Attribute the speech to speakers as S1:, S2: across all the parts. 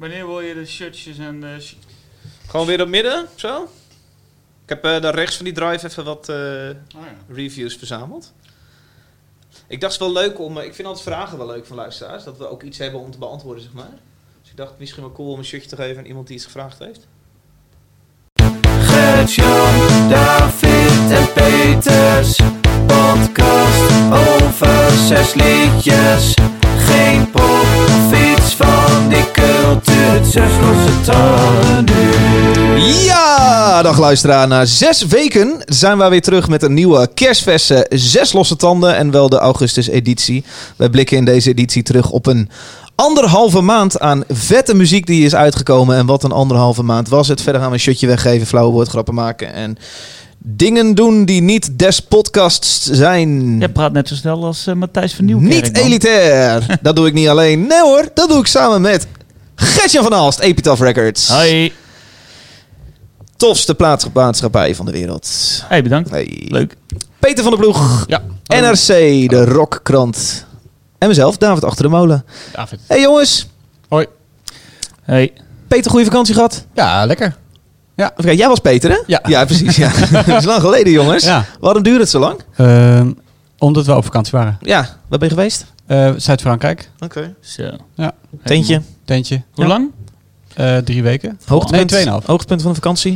S1: Wanneer wil je de shirtjes en...
S2: Gewoon weer op midden, zo. Ik heb daar rechts van die drive even wat reviews verzameld. Ik dacht het is wel leuk om... ik vind altijd vragen wel leuk van luisteraars. Dat we ook iets hebben om te beantwoorden, zeg maar. Dus ik dacht misschien wel cool om een shirtje te geven aan iemand die iets gevraagd heeft.
S3: Gert-Jan, David en Peters. Podcast over 6 liedjes. Geen pop of iets van die cultuur. Het 6 losse tanden nu.
S2: Ja, dag luisteraar. Na 6 weken zijn wij weer terug met een nieuwe kerstverse 6 losse tanden. En wel de augustus-editie. Wij blikken in deze editie terug op een 1,5 maand aan vette muziek die is uitgekomen. En wat een 1,5 maand was het. Verder gaan we een shotje weggeven, flauwe woordgrappen maken en dingen doen die niet des podcasts zijn.
S1: Jij praat net zo snel als Matthijs van Nieuwkerk.
S2: Niet elitair. Dat doe ik niet alleen. Nee hoor, dat doe ik samen met Gert-Jan van Aalst, Epitaph Records.
S1: Hoi.
S2: Tofste plaatsmaatschappij van de wereld.
S1: Hey, bedankt.
S2: Hey.
S1: Leuk.
S2: Peter van der Ploeg.
S4: Ja.
S2: NRC, de rockkrant. En mezelf, David Achter de Molen.
S4: David.
S2: Hey jongens.
S4: Hoi.
S1: Hey.
S2: Peter, goede vakantie gehad?
S4: Ja, lekker. Ja.
S2: Even kijken, jij was Peter, hè?
S4: Ja.
S2: Precies. Ja. Dat is lang geleden, jongens.
S4: Ja.
S2: Waarom duurde het zo lang?
S4: Omdat we op vakantie waren.
S2: Ja, waar ben je geweest?
S4: Zuid-Frankrijk.
S2: Oké.
S1: Zo.
S4: Ja.
S2: Tentje.
S4: Tentje.
S1: Hoe lang?
S4: 3 weken.
S2: Hoogtepunt,
S4: Nee, 2,5.
S2: hoogtepunt van de vakantie?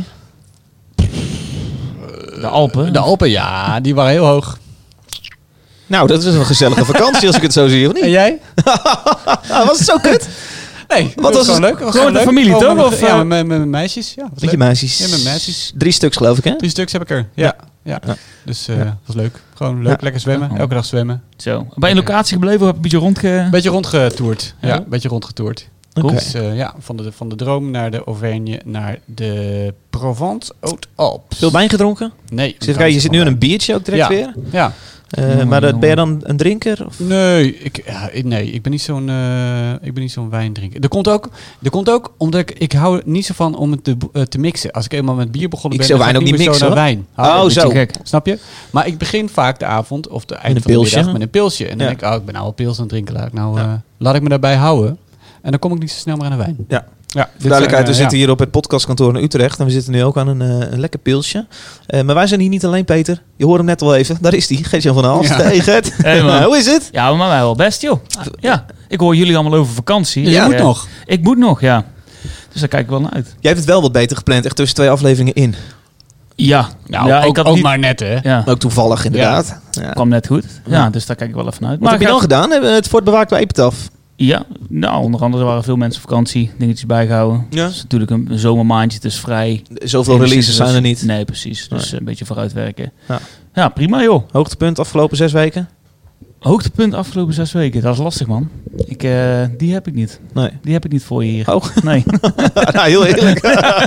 S1: De Alpen.
S4: De Alpen, ja, die waren heel hoog.
S2: Nou, dat is een gezellige vakantie als ik het zo zie, of niet?
S4: En jij?
S2: Was het zo kut?
S4: Nee,
S2: Wat was
S4: gewoon
S2: het?
S4: leuk. Was
S1: Gewoon de
S4: leuk.
S1: familie,
S4: Gewoon
S1: toch?
S4: met-
S1: Of,
S4: ja, met mijn meisjes. Ja, was
S2: Met je
S4: leuk.
S2: meisjes.
S4: Ja, met meisjes.
S2: 3 stuks, geloof ik, hè?
S4: 3 stuks heb ik er. Ja.
S2: Ja.
S4: Dus was leuk. Gewoon leuk,
S2: Ja.
S4: lekker zwemmen.
S1: Ja.
S4: Elke dag zwemmen.
S1: Zo. Ben je in locatie gebleven of heb je een beetje rondge...
S4: Een beetje rondgetoerd. Ja,
S1: Ja.
S4: een beetje rondgetoerd.
S1: Cool.
S2: Oké.
S4: Dus van de Droom naar de Auvergne naar de Provence-Haute-Alpes.
S2: Veel wijn gedronken?
S4: Nee.
S2: Je zit nu aan een biertje ook direct
S4: Ja.
S2: weer.
S4: Ja.
S2: Maar ben je dan een drinker? Of?
S4: Nee, ik ben niet zo'n wijndrinker. Er komt ook omdat ik hou niet zo van om het te mixen. Als ik eenmaal met bier begonnen
S2: Ik
S4: ben,
S2: zou
S4: dan ga
S2: wijn ook
S4: ik
S2: niet
S4: meer zo
S2: mixen,
S4: naar wijn.
S2: Oh,
S4: Beetje
S2: zo.
S4: gek, snap je? Maar ik begin vaak de avond of de eind
S2: een
S4: van de
S2: pilsje.
S4: middag met een pilsje. En dan
S2: Ja.
S4: denk ik, ik ben nou al pils aan het drinken. Laat ik me daarbij houden. En dan kom ik niet zo snel meer aan de wijn.
S2: Ja.
S4: Ja,
S2: Voor duidelijkheid, we zitten hier op het podcastkantoor in Utrecht. En we zitten nu ook aan een lekker pilsje. Maar wij zijn hier niet alleen, Peter. Je hoort hem net al even. Daar is hij, Gert-Jan van Aalst.
S4: Ja.
S2: Hey Gert.
S1: Hey, man.
S2: Hoe is het?
S1: Ja, maar mij wel best, joh. Ja. Ik hoor jullie allemaal over vakantie.
S4: Je
S1: Ik,
S4: moet nog.
S1: Ik moet nog, ja. Dus daar kijk ik wel naar uit.
S2: Jij hebt het wel wat beter gepland. Echt tussen 2 afleveringen in.
S1: Ja.
S4: Nou,
S1: ja,
S4: ook,
S1: had
S4: ook
S1: niet...
S4: maar net, hè?
S1: Ja.
S2: Maar ook toevallig, inderdaad. Ja.
S1: Kwam net goed. Ja, dus daar kijk ik wel even naar uit.
S2: Wat heb je dan
S1: ga-
S2: gedaan? Hebben we het fort bewaakt bij Epitaph?
S1: Ja, nou, onder andere waren veel mensen op vakantie. Dingetjes bijgehouden.
S2: Ja.
S1: Het is natuurlijk een zomermaandje, het is vrij.
S2: Zoveel releases zijn er niet.
S1: Nee, precies. Dus
S2: Nee.
S1: een beetje vooruitwerken.
S2: Ja.
S1: Ja, prima joh.
S2: Hoogtepunt afgelopen 6 weken?
S1: Hoogtepunt afgelopen 6 weken. Dat is lastig, man. Die heb ik niet.
S2: Nee.
S1: Die heb ik niet voor je hier.
S2: Oh,
S1: Nee.
S2: nou, heel eerlijk.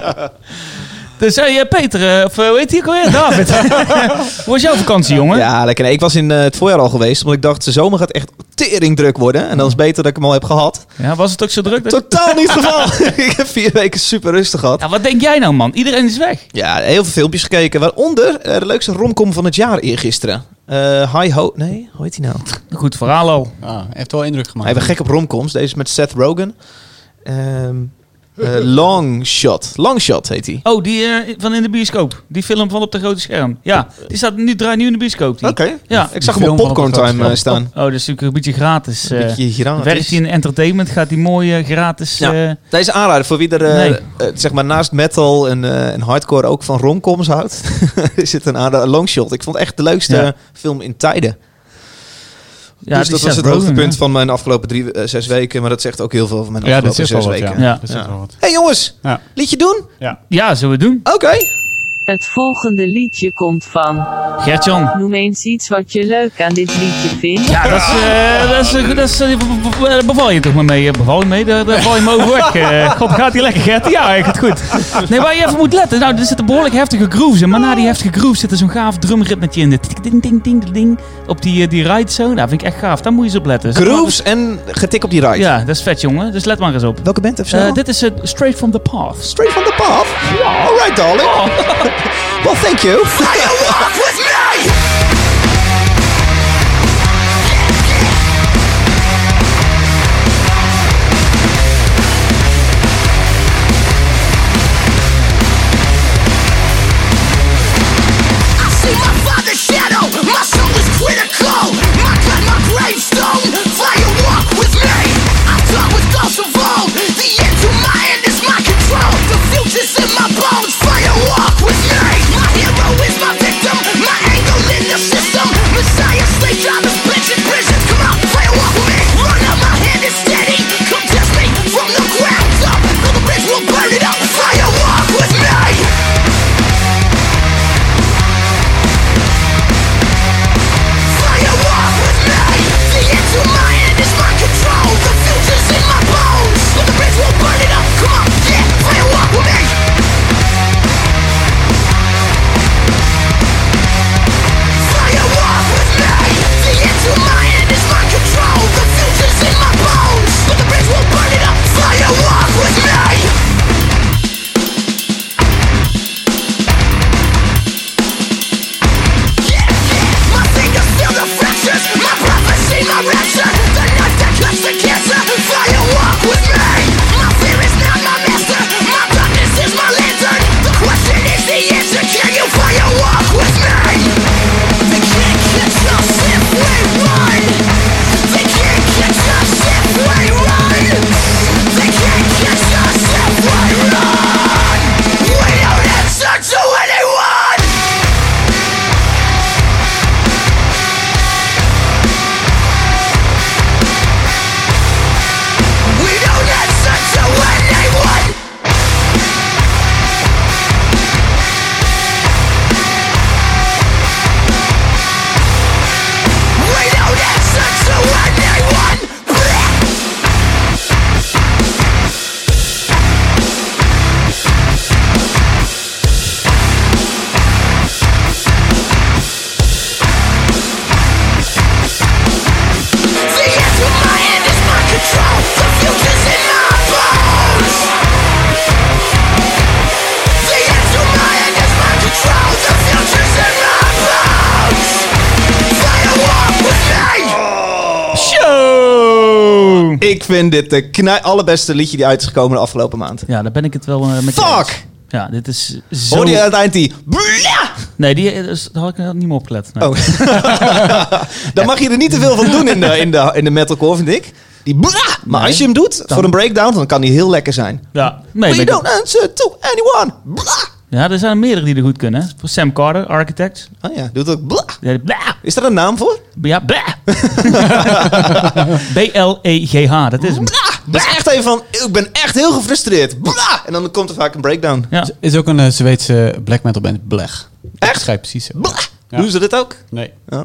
S1: Dus Peter, of hoe heet hij ook alweer? David. Hoe was jouw vakantie, jongen?
S2: Ja, lekker. Nee, ik was in het voorjaar al geweest. Omdat ik dacht, de zomer gaat echt tering druk worden. En dan is het beter dat ik hem al heb gehad.
S1: Ja, was het ook zo druk?
S2: Totaal niet het geval. Ik heb 4 weken super rustig gehad.
S1: Ja, wat denk jij nou, man? Iedereen is weg.
S2: Ja, heel veel filmpjes gekeken. Waaronder de leukste romcom van het jaar eergisteren. High Ho... Nee, hoe heet hij nou?
S1: Goed verhaal al.
S4: Heeft wel indruk gemaakt.
S2: Hij was gek op romcoms. Deze is met Seth Rogen. Long Shot heet hij.
S1: Oh, die van in de bioscoop. Die film van op de grote scherm. Ja, die draait nu in de bioscoop. Die.
S2: Oké.
S1: Ja.
S2: Ik zag
S4: Die
S2: hem op
S4: film van
S2: Popcorn
S4: op de
S2: Time staan.
S1: Oh, dat is natuurlijk een beetje gratis.
S2: Een beetje gratis.
S1: Werkt hij in entertainment? Gaat die mooie gratis...
S2: Ja. Deze aanrader voor wie er zeg maar naast metal en hardcore ook van romcoms houdt. Is het een aanrader. Long Shot. Ik vond het echt de leukste film in tijden.
S1: ja,
S2: Dus
S1: die
S2: dat was
S1: Seth
S2: het
S1: Rogen,
S2: hoogtepunt
S1: ja.
S2: van mijn afgelopen 6 weken. Maar dat zegt ook heel veel van mijn
S4: Ja, dat
S2: afgelopen
S4: is
S2: 6
S4: wel wat,
S2: weken.
S4: ja.
S1: Ja.
S4: Dat is wel wat.
S2: Hey jongens,
S4: Ja.
S2: liedje doen?
S1: Ja, zullen we het doen?
S2: Oké.
S5: Het volgende liedje komt van.
S1: Gert-Jan.
S5: Noem eens iets wat je leuk aan dit liedje vindt.
S1: Ja, beval je toch maar mee? Beval je mee? Daar val je me over weg. God, gaat hij lekker, Gert? Ja, hij gaat goed. Nee, waar je even moet letten. Nou, er zitten behoorlijk heftige grooves in. Maar na die heftige grooves zit er zo'n gaaf drumritmetje in. Ding, ding, ding, ding. Op die ride zo. Nou, vind ik echt gaaf. Daar moet je eens op letten.
S2: Grooves en getik op die ride.
S1: Ja, dat is vet, jongen. Dus let maar eens op.
S2: Welke band even snel?
S1: Dit is Straight from the Path.
S2: Straight from the path? Alright, darling. Well, thank you. Ik vind dit de allerbeste liedje die uit is gekomen de afgelopen maand.
S1: Ja, daar ben ik het wel met je eens.
S2: Fuck!
S1: Ja, dit is zo...
S2: Hoorde je aan het eind die... Blah!
S1: Nee, daar had ik niet meer opgelet. Nee.
S2: Oh. Dan mag je er niet te veel van doen in de metalcore, vind ik. Die blah! Maar
S1: Nee.
S2: als je hem doet voor een breakdown, dan kan die heel lekker zijn.
S1: Ja, nee,
S2: We
S1: ben ik-
S2: don't answer to anyone. Blah!
S1: ja, er zijn meerdere die er goed kunnen. Hè. Voor Sam Carter, Architects.
S2: Oh ja, doet ook blah.
S1: Ja, blah.
S2: Is er een naam voor?
S1: Ja, blah. B-L-E-G-H, dat is hem.
S2: Blah! Dat is echt even van, ik ben echt heel gefrustreerd. Blah! En dan komt er vaak een breakdown.
S1: Ja.
S4: Is ook een Zweedse black metal band, Blech.
S2: Echt?
S4: Schrijf precies zo.
S2: Blah!
S4: Ja.
S2: Doen ze dit ook?
S4: Nee.
S2: Ja.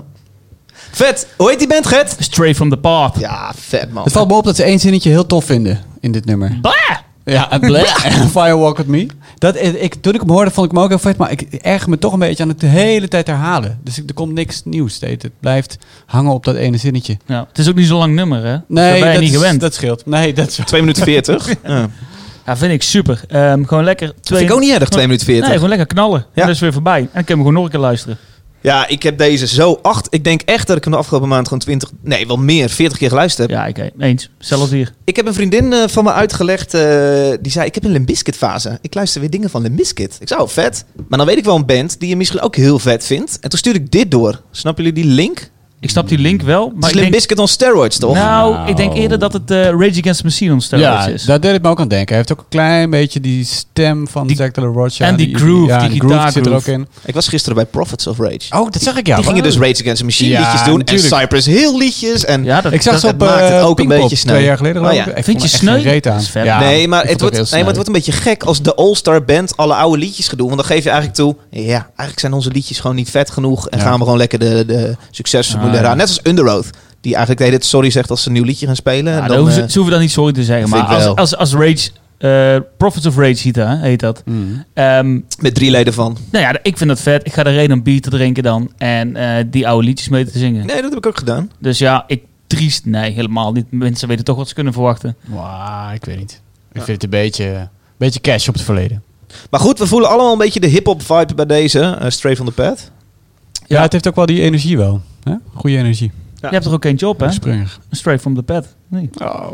S2: Vet. Hoe heet die band, Gert?
S1: Stray from the Path.
S2: Ja, vet man.
S4: Het valt me op dat ze één zinnetje heel tof vinden in dit nummer.
S1: Blah.
S4: Ja, en Firewalk With Me. Toen ik hem hoorde, vond ik hem ook heel vet. Maar ik erger me toch een beetje aan het de hele tijd herhalen. Dus er komt niks nieuws steeds. Het blijft hangen op dat ene zinnetje.
S1: Ja, het is ook niet zo lang nummer, hè? Dat
S4: Nee,
S1: ben je niet
S4: is-
S1: gewend.
S4: dat scheelt. Nee, dat is
S2: 2 minuten 40. Ja.
S1: Ja, vind ik super. Gewoon lekker...
S2: Dat vind ik ook niet erg, 2 minuten 40.
S1: Nee, gewoon lekker knallen.
S2: Ja.
S1: En dat is weer voorbij. En dan kun je hem gewoon nog een keer luisteren.
S2: Ja, ik heb deze zo 8. Ik denk echt dat ik hem de afgelopen maand gewoon 20... Nee, wel meer. 40 keer geluisterd heb.
S1: Ja, oké. Eens. Zelfs hier.
S2: Ik heb een vriendin van me uitgelegd. Die zei, ik heb een Limp Bizkit fase. Ik luister weer dingen van Limp Bizkit. Ik zei, oh, vet. Maar dan weet ik wel een band die je misschien ook heel vet vindt. En toen stuurde ik dit door. Snappen jullie die link?
S1: Ik snap die link wel.
S2: Het
S1: Maar
S2: is
S1: ik
S2: Limp
S1: denk,
S2: Bizkit on steroids, toch?
S1: nou, ik denk eerder dat het Rage Against the Machine on steroids
S4: Ja,
S1: is.
S4: daar deed het me ook aan denken. Hij heeft ook een klein beetje die stem van
S1: Die-
S4: Zack de la Rocha.
S1: en die groove,
S4: ja,
S1: die
S4: de groove zit er ook
S1: gitaargroove.
S4: in.
S2: Ik was gisteren bij Prophets of Rage.
S4: Oh, dat zag ik ja.
S2: Die gingen dus Rage Against the Machine
S4: Ja,
S2: liedjes doen.
S4: natuurlijk.
S2: En Cypress Hill liedjes. En
S1: Ja, dat,
S4: Ik zag
S1: dat,
S4: ze
S2: het
S4: op
S2: maakt het ook een
S4: Pinkpop
S2: beetje sneu.
S4: 2 jaar geleden.
S2: Oh,
S4: geloof
S2: ja.
S4: ik. Ik
S1: Vind
S4: vond
S1: je
S4: er echt geen
S1: sneu?
S4: reet aan.
S1: Dat is vet.
S4: Ja,
S2: nee, maar
S4: ik
S2: het
S4: vond
S2: wordt,
S4: heel
S2: nee, maar het wordt een beetje gek als de All-Star Band alle oude liedjes gaat doen. Want dan geef je eigenlijk toe, ja, eigenlijk zijn onze liedjes gewoon niet vet genoeg. En
S4: Ja.
S2: gaan we gewoon lekker de succesformule
S1: Ah, ja.
S2: eraan. Net als Underoath. Die eigenlijk de hele tijd sorry zegt als ze een nieuw liedje gaan spelen.
S1: Ja,
S2: En
S1: dan
S2: dan,
S1: ze hoeven dan niet sorry te zeggen.
S2: vind
S1: Maar
S2: ik wel.
S1: als Rage... Prophets of Rage heet dat.
S4: Mm.
S2: met 3 leden van.
S1: Nou ja, ik vind dat vet. Ik ga er reden om bier te drinken dan. En die oude liedjes mee te zingen.
S2: Nee, dat heb ik ook gedaan.
S1: Dus ja, triest. Nee, helemaal niet. Mensen weten toch wat ze kunnen verwachten.
S4: Wow, ik weet niet. Ik vind het een beetje cash op het verleden.
S2: Maar goed, we voelen allemaal een beetje de hip-hop vibe bij deze. Stray from the Path.
S4: Ja, het heeft ook wel die energie wel. Hè? Goede energie.
S2: Ja.
S1: Je hebt er ook eentje op, hè?
S4: Springer.
S1: Straight from the pad. Nee.
S4: Oh.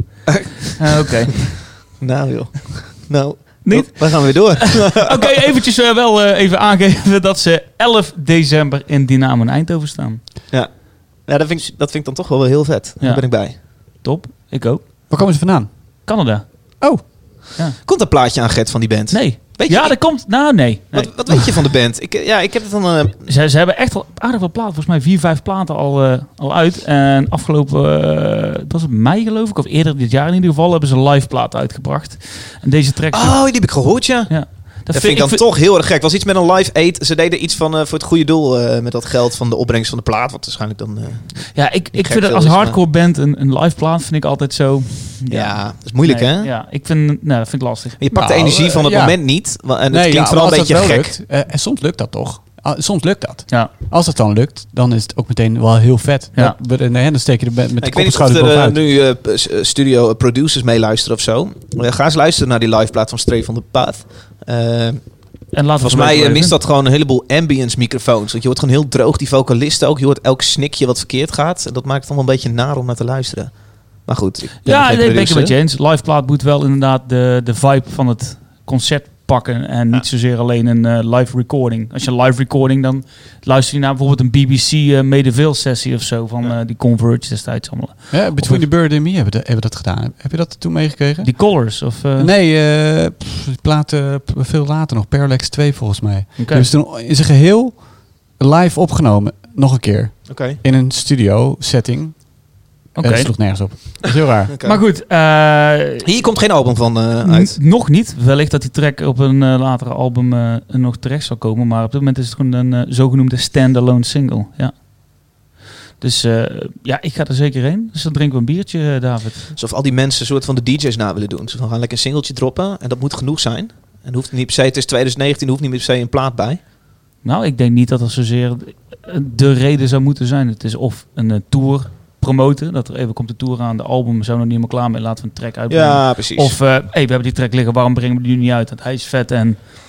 S1: Oké.
S2: Nou joh. Nou,
S1: Niet?
S2: we gaan weer door.
S1: Oké, eventjes even aangeven dat ze 11 december in Dynamo in Eindhoven staan.
S2: Ja, dat vind ik dan toch wel heel vet. Daar
S1: Ja.
S2: ben ik bij.
S1: Top. Ik ook.
S4: Waar komen ze vandaan?
S1: Canada.
S4: Oh.
S2: Komt een plaatje aan, Gert, van die band?
S1: Nee.
S2: Weet je,
S1: Ja, dat komt. Nou, nee.
S2: Wat weet je van de band? Ik heb het dan...
S1: Ze hebben echt al aardig veel platen. Volgens mij 4, 5 platen al uit. En afgelopen, was het mei geloof ik, of eerder dit jaar in ieder geval, hebben ze een live plaat uitgebracht. En deze track...
S2: Oh, die heb ik gehoord, ja.
S1: ja.
S2: Dat vind ik dan toch heel erg gek. Was iets met een live aid. Ze deden iets van voor het goede doel met dat geld van de opbrengst van de plaat. Wat waarschijnlijk dan...
S1: Ja, ik
S2: gek
S1: vind het
S2: veel
S1: als
S2: is, maar-
S1: hardcore band een live plaat vind ik altijd zo...
S2: ja, dat is moeilijk,
S1: Nee,
S2: hè?
S1: Ja, ik vind, nou, dat vind ik lastig.
S2: Maar je pakt de
S4: Nou,
S2: energie van het
S4: ja.
S2: moment niet. En het
S4: Nee,
S2: klinkt vooral
S4: maar
S2: een
S4: als
S2: beetje
S4: dat wel
S2: gek.
S4: lukt, en soms lukt dat toch? Soms lukt dat.
S1: Ja.
S4: Als het dan lukt, dan is het ook meteen wel heel vet.
S1: Ja.
S4: Dan steek je er met de
S2: Ik
S4: kop
S2: weet
S4: en
S2: niet of
S4: schouder
S2: er
S4: bovenuit.
S2: nu studio producers meeluisteren of zo. Ga eens luisteren naar die live plaat van Stray from the Path.
S1: En laten
S2: Volgens mij mist dat gewoon een heleboel ambience microfoons. Want je hoort gewoon heel droog, die vocalisten ook. Je hoort elk snikje wat verkeerd gaat. En dat maakt het allemaal een beetje naar om naar te luisteren. Maar goed. Ik ben
S1: Ja,
S2: geen
S1: nee, ben ik het
S2: producer.
S1: met je eens. Live plaat moet wel inderdaad de vibe van het concert pakken. En niet zozeer alleen een live recording. Als je een live recording, dan luister je naar bijvoorbeeld een BBC Medeville sessie of zo. Van die Converge destijds allemaal.
S4: Ja, Between the Bird and Me hebben dat gedaan. Heb je dat toen meegekregen?
S1: Die Colors of...
S4: Nee, die platen veel later nog. Parallax 2 volgens mij.
S1: Oké.
S4: Dus toen in zijn geheel live opgenomen. Nog een keer.
S2: Oké.
S4: In een studio setting.
S1: Oké.
S4: Dat sloeg nergens op. Dat is heel raar.
S2: Oké.
S1: Maar goed,
S2: Hier komt geen album van uit.
S1: nog niet. Wellicht dat die track op een latere album nog terecht zal komen. Maar op dit moment is het gewoon een zogenoemde standalone single. Ja. Dus ja, ik ga er zeker heen. Dus dan drinken we een biertje, David.
S2: Alsof al die mensen een soort van de DJ's na willen doen. Ze gaan lekker een singeltje droppen. En dat moet genoeg zijn. En hoeft niet per se, het is 2019, hoeft niet per se een plaat bij.
S1: Nou, ik denk niet dat dat zozeer de reden zou moeten zijn. Het is of een tour promoten. Dat er even komt de tour aan. De album zijn we nog niet helemaal klaar mee. Laten we een track uitbrengen.
S2: Ja, precies.
S1: Of, hey, we hebben die track liggen. Waarom brengen we die nu niet uit? Want hij is vet en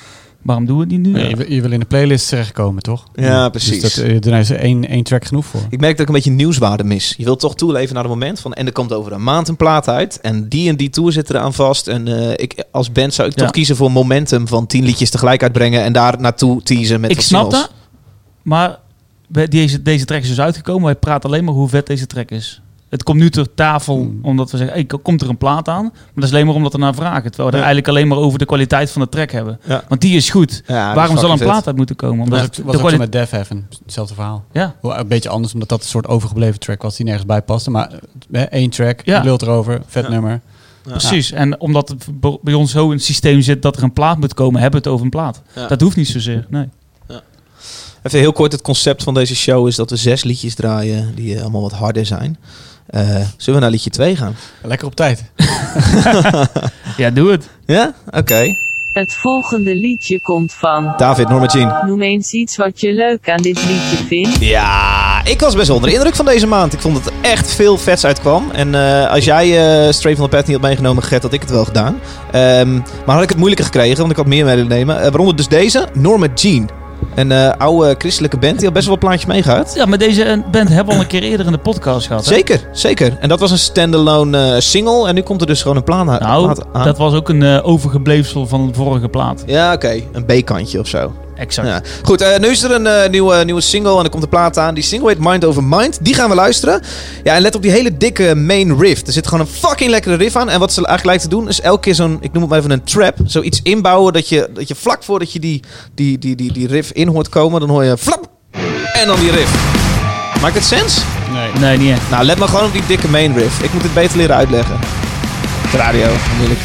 S1: Waarom doen we die nu?
S4: Nee, je wil in de playlist terechtkomen, toch?
S2: Ja, precies.
S4: Dus daar is één track genoeg voor.
S2: Ik merk dat ik een beetje nieuwswaarde mis. Je wilt toch toeleven naar het moment van... en er komt over een maand een plaat uit... en die tour zit eraan vast. En ik als band zou ik toch kiezen voor momentum... van 10 liedjes tegelijk uitbrengen... en daar naartoe teasen met
S1: Ik
S2: wat
S1: snap
S2: singles.
S1: dat, maar deze track is dus uitgekomen. Wij praten alleen maar hoe vet deze track is. Het komt nu ter tafel omdat we zeggen... Hey, komt er een plaat aan? Maar dat is alleen maar omdat we naar vragen. Terwijl we er eigenlijk alleen maar over de kwaliteit van de track hebben.
S2: Ja.
S1: Want die is goed.
S2: Ja, dat
S1: Waarom
S2: is
S1: zal een
S2: fucking
S1: plaat uit moeten komen? Omdat
S4: Dat was ook zo met Def Heaven. Hetzelfde verhaal.
S1: Ja.
S4: Een beetje anders, omdat dat een soort overgebleven track was... die nergens bij paste. Maar 1 track,
S1: Ja.
S4: lult erover, vet nummer.
S1: Precies. En omdat het bij ons zo in het systeem zit... dat er een plaat moet komen, hebben we het over een plaat.
S2: Ja.
S1: Dat hoeft niet zozeer, nee.
S2: Even heel kort, het concept van deze show is dat we 6 liedjes draaien... die allemaal wat harder zijn. Zullen we naar liedje 2 gaan?
S4: Lekker op tijd.
S1: Ja, doe het.
S2: Ja? Oké.
S5: Het volgende liedje komt van...
S2: David, Norma Jean.
S5: Noem eens iets wat je leuk aan dit liedje vindt.
S2: Ja, ik was best wel onder de indruk van deze maand. Ik vond dat er echt veel vets uitkwam. En als jij Stray van the Path niet had meegenomen, Gert, had ik het wel gedaan. Maar had ik het moeilijker gekregen, want ik had meer mee willen nemen. Waaronder dus deze, Norma Jean. Een oude christelijke band, die had best wel wat plaatjes meegehad.
S1: Ja, maar deze band hebben we al een keer eerder in de podcast gehad. Hè?
S2: Zeker, zeker. En dat was een standalone single. En nu komt er dus gewoon een plaat
S1: Nou,
S2: aan.
S1: dat was ook een overgebleefsel van de vorige plaat.
S2: Ja, oké. Een B-kantje of zo.
S1: Exact.
S2: Ja. Goed, nu is er een nieuwe single en er komt een plaat aan. Die single heet Mind Over Mind. Die gaan we luisteren. Ja, en let op die hele dikke main riff. Er zit gewoon een fucking lekkere riff aan. En wat ze eigenlijk lijkt te doen is elke keer zo'n, ik noem het maar even een trap. Zoiets inbouwen dat je vlak voordat je die riff in hoort komen, dan hoor je flap. En dan die riff. Maakt het sens?
S1: Nee, niet echt.
S2: Nou, let maar gewoon op die dikke main riff. Ik moet het beter leren uitleggen. Op de radio, moeilijk.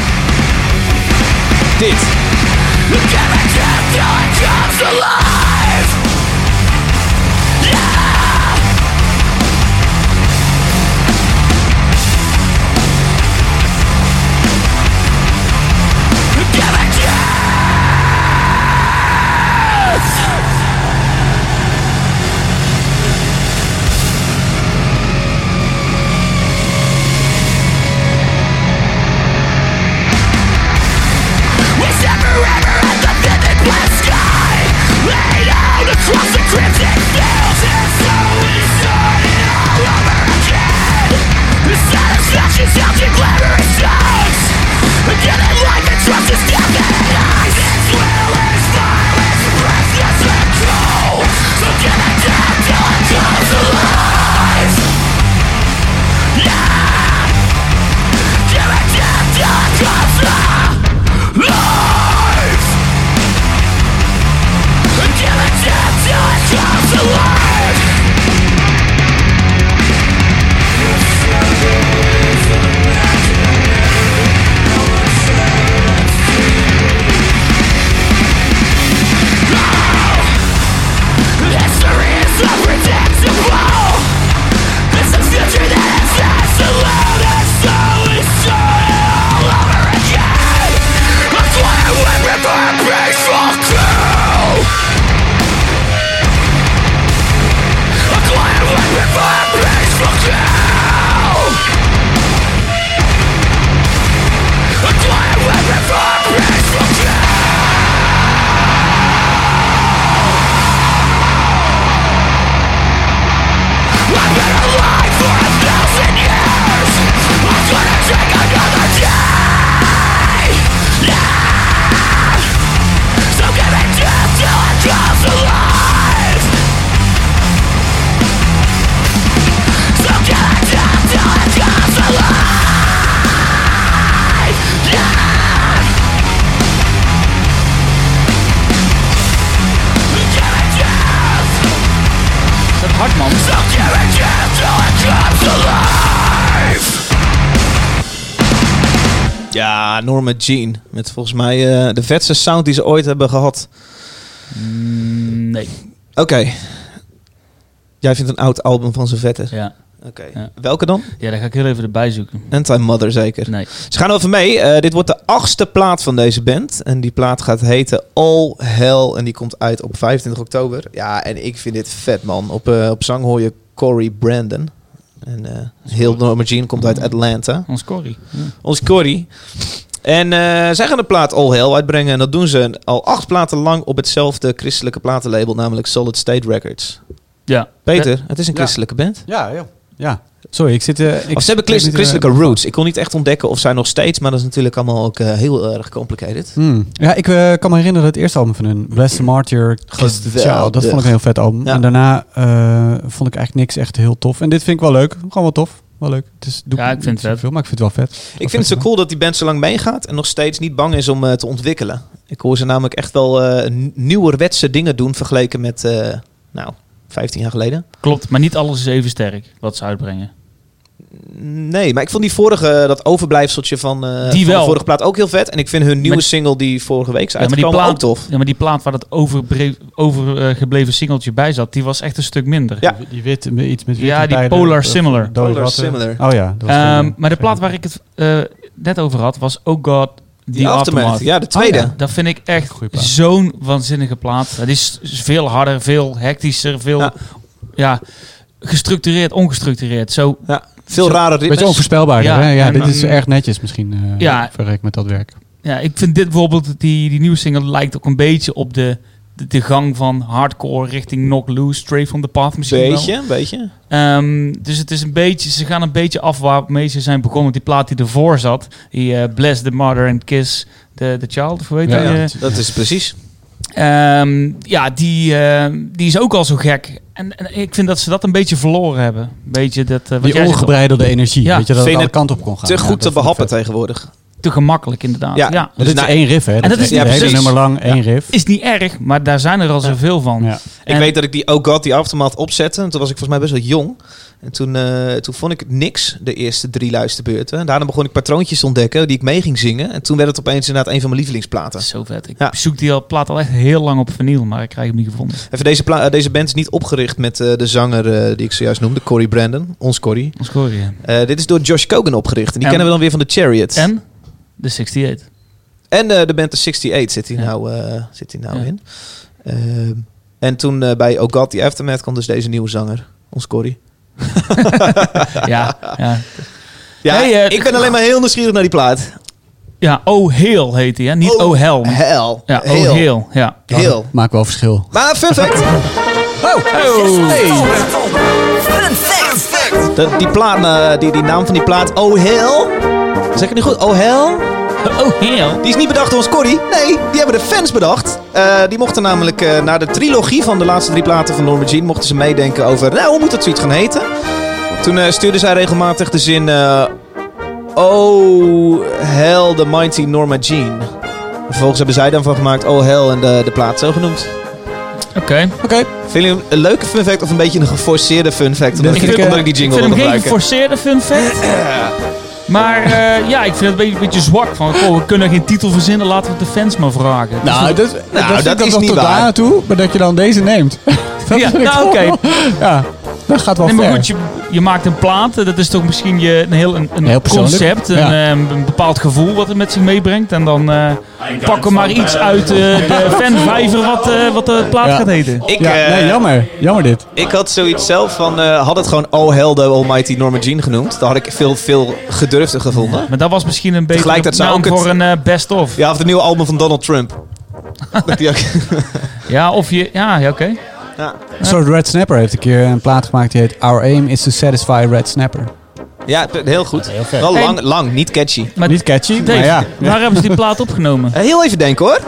S2: Dit.
S1: Hard, man.
S2: Ja, Norma Jean. Met volgens mij de vetste sound die ze ooit hebben gehad.
S1: Nee.
S2: Oké. Jij vindt een oud album van ze vet, hè?
S1: Ja.
S2: Oké.
S1: Ja.
S2: Welke dan?
S1: Ja, daar ga ik heel even erbij zoeken.
S2: Anti-Mother zeker.
S1: Nee.
S2: Ze gaan over mee. Dit wordt de 8e plaat van deze band. En die plaat gaat heten All Hell. En die komt uit op 25 oktober. Ja, en ik vind dit vet, man. Op zang hoor je Corey Brandon. En heel Norma Jean komt uit Atlanta.
S1: Ons Corrie. Ja.
S2: Ons Corey. En zij gaan de plaat All Hell uitbrengen. En dat doen ze al 8 platen lang op hetzelfde christelijke platenlabel, namelijk Solid State Records.
S1: Ja.
S2: Peter, het is een christelijke band.
S4: Ja. Sorry, ik zit...
S2: Of ze hebben christelijke roots. Ik kon niet echt ontdekken of zij nog steeds, maar dat is natuurlijk allemaal ook heel erg complicated.
S4: Ja, ik kan me herinneren dat het eerste album van hun, Bless the Martyr, Kiss the Child, dat vond ik een heel vet album.
S2: Ja.
S4: En daarna vond ik eigenlijk niks echt heel tof. En dit vind ik wel leuk. Gewoon wel tof. Wel leuk. Dus
S1: Ik vind het vet.
S4: veel, maar ik vind het wel vet.
S2: Ik vind het zo cool dat die band zo lang meegaat en nog steeds niet bang is om te ontwikkelen. Ik hoor ze namelijk echt wel nieuwerwetse dingen doen vergeleken met 15 jaar geleden.
S1: Klopt, maar niet alles is even sterk wat ze uitbrengen.
S2: Nee, maar ik vond die vorige, dat overblijfseltje van de vorige plaat ook heel vet. En ik vind hun nieuwe single die vorige week is uitgekomen ook tof.
S1: Ja, maar die plaat waar dat overgebleven singeltje bij zat, die was echt een stuk minder.
S2: Ja.
S4: Die wit, iets met wit.
S1: Ja, die Polar Similar.
S2: Polar Similar.
S4: Oh ja. Dat was
S1: Maar de plaat waar ik het net over had, was Oh God, The Aftermath.
S2: Ja, de tweede.
S4: Oh ja.
S1: Dat vind ik echt
S4: Goeie plaat.
S1: zo'n waanzinnige plaat. Het is veel harder, veel hectischer, veel gestructureerd, ongestructureerd. Zo.
S2: Ja. Veel rare ritmes.
S4: beetje onvoorspelbaarder.
S1: Ja,
S4: Hè? Ja,
S1: en
S4: dit
S1: dan-
S4: is erg netjes misschien. Vergelijk met dat werk.
S1: Ja, ik vind dit bijvoorbeeld, die nieuwe single lijkt ook een beetje op de gang van hardcore richting Knock Loose, Stray from the Path misschien wel.
S2: Een beetje.
S1: Dus het is een beetje, ze gaan een beetje af waarmee ze zijn begonnen. Die plaat die ervoor zat, die Bless the Mother and Kiss the Child, of hoe heet die?
S2: Dat is precies.
S1: Die is ook al zo gek. En ik vind dat ze dat een beetje verloren hebben. Een beetje dat, wat
S4: Die
S1: jij zegt,
S4: ongebreidelde energie.
S1: Ja.
S4: Weet je, dat het
S2: Vind
S4: alle
S2: het
S4: kanten op kon gaan.
S2: Te goed
S4: dat
S2: te
S4: vond ik
S2: behappen
S4: vet.
S2: tegenwoordig.
S1: te gemakkelijk inderdaad.
S2: Ja.
S1: Ja.
S4: Dat is één riff, hè?
S1: En dat is
S4: het hele
S2: precies.
S4: nummer lang, één riff.
S1: Is niet erg, maar daar zijn er al zoveel van.
S4: Ja.
S2: Ik weet dat ik die Oh God, die Aftermath opzette. En toen was ik volgens mij best wel jong. En toen vond ik het niks, de eerste 3 luisterbeurten. En daarna begon ik patroontjes te ontdekken die ik mee ging zingen. En toen werd het opeens inderdaad een van mijn lievelingsplaten.
S1: Dat is zo vet. Ik
S2: Ja.
S1: zoek die plaat al echt heel lang op vinyl, maar ik krijg hem niet gevonden.
S2: Even deze band is niet opgericht met de zanger die ik zojuist noemde, Cory Brandon. Ons Cory.
S1: Dan scoor je.
S2: Dit is door Josh Cogan opgericht. En die kennen we dan weer van The Chariot.
S1: En de 68.
S2: En de band The 68 zit hier
S1: Ja.
S2: nou
S1: Ja.
S2: in. En toen bij Oh God, The Aftermath kwam dus deze nieuwe zanger. Ons Cory.
S1: Ja.
S2: Ja,
S1: Hey,
S2: ik ben alleen maar heel nieuwsgierig naar die plaat.
S1: Ja, Oh Hail heet die, hè? Niet Oh Hell.
S2: Hell.
S1: Ja, Oh Hail. Ja.
S2: Heel.
S4: Maakt wel verschil.
S2: Maar fun fact. Die plaat, die naam van die plaat, Oh Hell. Zeg ik niet goed? Oh Hell?
S1: Oh Hail.
S2: Die is niet bedacht door ons Corrie. Nee, die hebben de fans bedacht. Die mochten namelijk naar de trilogie van de laatste 3 platen van Norma Jean, mochten ze meedenken over, hoe moet het zoiets gaan heten? Toen stuurden zij regelmatig de zin, Oh Hell, the Mighty Norma Jean. Vervolgens hebben zij dan van gemaakt, Oh Hell, en de plaat zo genoemd.
S1: Oké.
S2: Vind je een leuke fun fact of een beetje een geforceerde fun fact? Omdat ik die jingle wil
S1: Ik vind hem geen
S2: gebruiken.
S1: geforceerde fun fact. Maar ik vind het een beetje zwak. Van, we kunnen geen titel verzinnen, laten we het de fans maar vragen.
S2: dat is
S4: nog
S2: niet
S4: tot
S2: waar.
S4: daar toe, maar dat je dan deze neemt.
S1: Ja, nou oké.
S4: Ja, dat gaat wel
S1: Nee, maar
S4: ver.
S1: goed, je maakt een plaat. Dat is toch misschien een
S4: Heel persoonlijk.
S1: concept.
S4: Ja.
S1: Een bepaald gevoel wat het met zich meebrengt. En dan pakken we maar iets uit de fanvijver wat de plaat gaat heten.
S4: Jammer dit.
S2: Ik had zoiets zelf van, had het gewoon Oh Hell, the Almighty Norma Jean genoemd. Dan had ik veel gedurfder gevonden.
S1: Maar dat was misschien een beetje
S2: Tegelijkertijd zou
S1: naam
S2: ook
S1: voor een best-of.
S2: Ja, of het nieuwe album van Donald Trump. Dat die ook-
S1: Ja, of je... Ja, oké.
S2: ja.
S4: Zo, Red Snapper heeft een keer een plaat gemaakt die heet Our Aim is to Satisfy Red Snapper.
S2: Ja, heel goed.
S4: Heel vet.
S2: Wel lang, niet catchy.
S1: Maar
S4: Niet catchy,
S1: Dave,
S4: maar ja.
S1: waar hebben ze die plaat opgenomen?
S2: Heel even denken hoor.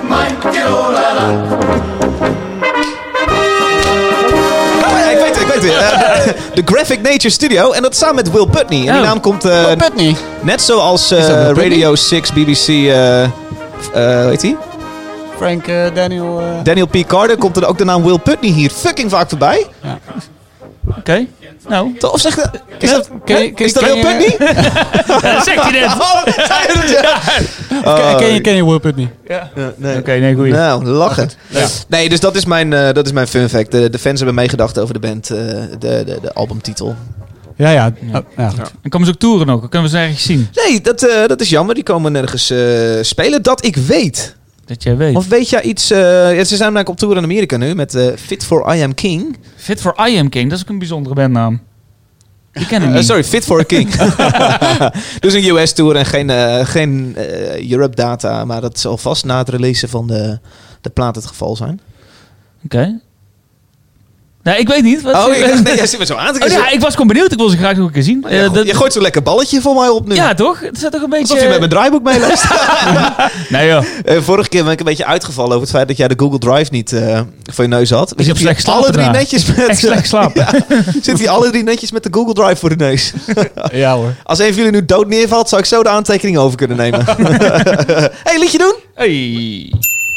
S2: Ja, ik weet het. De Graphic Nature Studio. En dat samen met Will Putney. En die
S1: Oh.
S2: naam komt
S4: Putney.
S2: net zoals
S4: Will Putney?
S2: Radio 6, BBC... hoe heet die?
S4: Frank Daniel...
S2: Daniel P. Carter komt er ook de naam Will Putney hier fucking vaak voorbij.
S1: Oké. Nou,
S2: Of zeg dat... Is dat, is dat
S4: ken
S2: Will
S4: je-
S2: Putney?
S1: zegt hij net.
S2: Oh, zei je dat, ja?
S4: Ken je Will Putney?
S2: Nee.
S1: Oké, nee, goeie.
S2: Nou, lachen. Nee, dus dat is mijn fun fact. De fans hebben meegedacht over de band, de albumtitel.
S4: Ja. Oh, ja, goed.
S1: En komen ze ook toeren ook? Dan kunnen we ze ergens zien.
S2: Nee, dat is jammer. Die komen nergens spelen. Dat ik weet.
S1: Dat jij weet.
S2: Of weet jij iets... ze zijn namelijk op tour in Amerika nu met Fit for I Am King.
S1: Fit for I Am King, dat is ook een bijzondere bandnaam. Die ken ik niet.
S2: Sorry, Fit for a King. Dus een US-tour en geen Europe-data. Maar dat zal vast na het releasen van de plaat het geval zijn.
S1: Oké. Nou, ik weet niet. Wat
S2: Jij zit me zo aan te kijken.
S1: ja, ik was gewoon benieuwd. Ik wil ze graag ook eens zien.
S2: Je gooit zo'n lekker balletje voor mij op nu.
S1: Ja, toch? Het is toch een beetje...
S2: Alsof je met mijn draaiboek meeleest.
S1: Nee, joh.
S2: Vorige keer ben ik een beetje uitgevallen over het feit dat jij de Google Drive niet voor je neus had.
S1: Ik heb slecht geslapen
S2: alle drie
S1: daarna.
S2: netjes met...
S1: Echt slecht geslapen.
S2: Zit hij alle drie netjes met de Google Drive voor de neus.
S4: Ja hoor.
S2: Als een van jullie nu dood neervalt, zou ik zo de aantekening over kunnen nemen. Hey, liedje doen?
S1: Hey.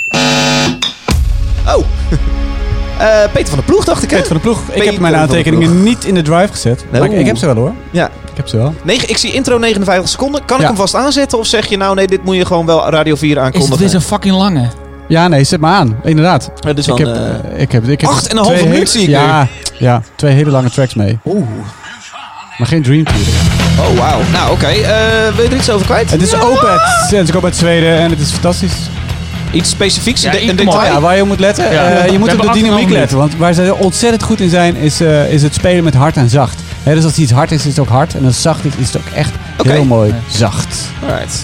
S2: Oh. Peter van der Ploeg, dacht ik. Hè?
S4: Peter van de Ploeg. Ik
S2: Peter
S4: heb mijn
S2: van de
S4: aantekeningen
S2: Ploeg.
S4: niet in de drive gezet.
S2: Nee.
S4: Maar ik heb ze wel hoor.
S2: Ja.
S4: Ik heb ze wel.
S2: Ik zie intro 59 seconden. Kan ik
S4: Ja.
S2: hem vast aanzetten? Of zeg je nou, nee, dit moet je gewoon wel Radio 4
S1: Is het
S2: aankondigen?
S1: weer zo'n fucking lange?
S4: Ja, nee, zet maar aan. Inderdaad.
S2: Het is
S4: Ik
S2: wel
S4: heb
S2: 8,5
S4: twee
S2: minuut zie ik
S4: ja, 2 hele lange tracks mee.
S2: Oeh.
S4: Maar geen Dream Theater.
S2: Oh, wauw. Nou, oké. Wil je er iets over kwijt?
S4: Het is Opeth. En ze komen uit Zweden en het is fantastisch.
S2: Iets specifieks?
S1: Ja,
S2: een
S1: kom
S2: detail?
S1: op.
S4: Ja, waar je op moet letten.
S1: Ja.
S4: Je
S1: We
S4: moet op
S1: hebben
S4: de
S1: 8,5
S4: dynamiek
S1: minuten.
S4: letten. Want waar ze ontzettend goed in zijn, is het spelen met hard en zacht. Hè, dus als iets hard is het ook hard. En als het zacht is het ook echt
S2: Oké.
S4: heel mooi zacht.
S2: Alright.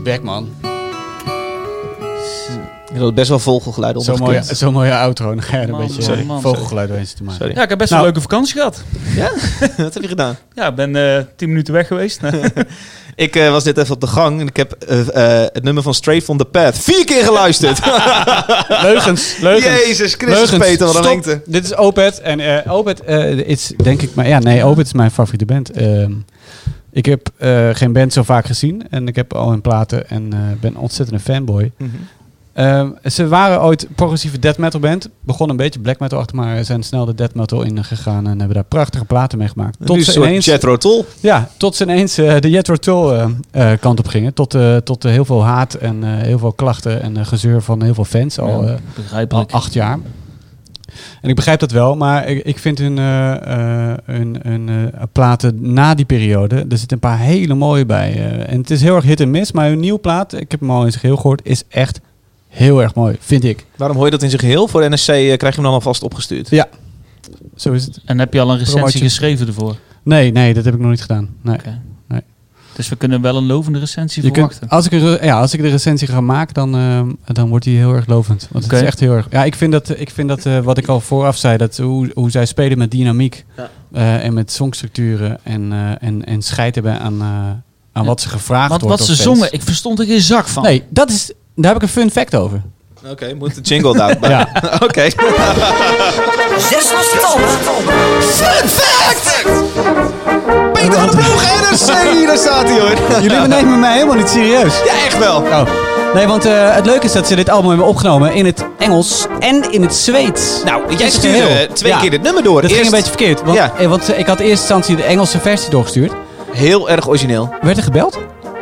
S4: bek, man.
S2: Je had best wel vogelgeluiden onder
S4: Zo'n mooie outro. Dan ga je er een
S1: Man,
S4: beetje
S1: sorry, man,
S4: vogelgeluid doorheen zitten maken.
S2: Sorry.
S1: Ja, ik heb best wel een leuke vakantie gehad.
S2: Ja? Wat heb je gedaan?
S1: Ja, ik ben 10 minuten weg geweest.
S2: Ik was net even op de gang en ik heb het nummer van Straight from the Path 4 keer geluisterd.
S4: Leugens.
S2: Jezus Christus, Peter, wat een
S4: Stop.
S2: lengte.
S4: Dit is Opeth. En Opeth is denk ik... Maar ja, nee, Opeth is mijn favoriete band. Ik heb geen band zo vaak gezien. En ik heb al hun platen en ben ontzettend een fanboy. Ze waren ooit progressieve death metal band. Begonnen een beetje black metal achter, maar zijn snel de death metal ingegaan en hebben daar prachtige platen mee gemaakt.
S2: Tot ze ineens Jethro Tull.
S4: Ja, tot ze ineens de Jethro Tull kant op gingen. Tot heel veel haat en heel veel klachten en gezeur van heel veel fans al
S1: Begrijpelijk.
S4: 8 jaar. En ik begrijp dat wel, maar ik vind hun platen na die periode, er zitten een paar hele mooie bij. En het is heel erg hit en miss, maar hun nieuwe plaat, ik heb hem al in zijn geheel gehoord, is echt heel erg mooi, vind ik.
S2: Waarom hoor je dat in zijn geheel? Voor NSC krijg je hem dan alvast opgestuurd.
S4: Ja, zo is het.
S1: En heb je al een recensie
S4: Promotie.
S1: geschreven ervoor?
S4: Nee, dat heb ik nog niet gedaan. Nee.
S1: Oké.
S4: Nee.
S1: Dus we kunnen wel een lovende recensie
S4: Je kunt,
S1: verwachten.
S4: als ik de recensie ga maken, dan wordt die heel erg lovend. Want het
S1: Oké.
S4: is echt heel erg... Ja, ik vind dat wat ik al vooraf zei, dat hoe zij spelen met dynamiek en met songstructuren en scheid hebben aan wat ze gevraagd
S1: Want
S4: wordt.
S1: wat
S4: door
S1: ze
S4: fans.
S1: zongen, ik verstond er geen zak van.
S4: Nee, daar heb ik een fun fact over.
S2: Oké, moet de jingle daar bij.
S4: Ja.
S2: Oké.
S3: 6 losse tanden.
S2: Fun fact! Peter van de Ploeg, NRC, daar staat hij hoor.
S4: Jullie nemen mij helemaal niet serieus.
S2: Ja, echt wel.
S4: Oh. Nee, want het leuke is dat ze dit album hebben opgenomen in het Engels en in het Zweeds.
S2: Nou, jij
S4: Dat is
S2: stuurde
S4: geheel.
S2: 2
S4: Ja.
S2: keer dit nummer door.
S4: Dat ging een beetje verkeerd. Want,
S2: Ja.
S4: want ik had in eerste instantie de Engelse versie doorgestuurd.
S2: Heel erg origineel.
S4: Werd er gebeld?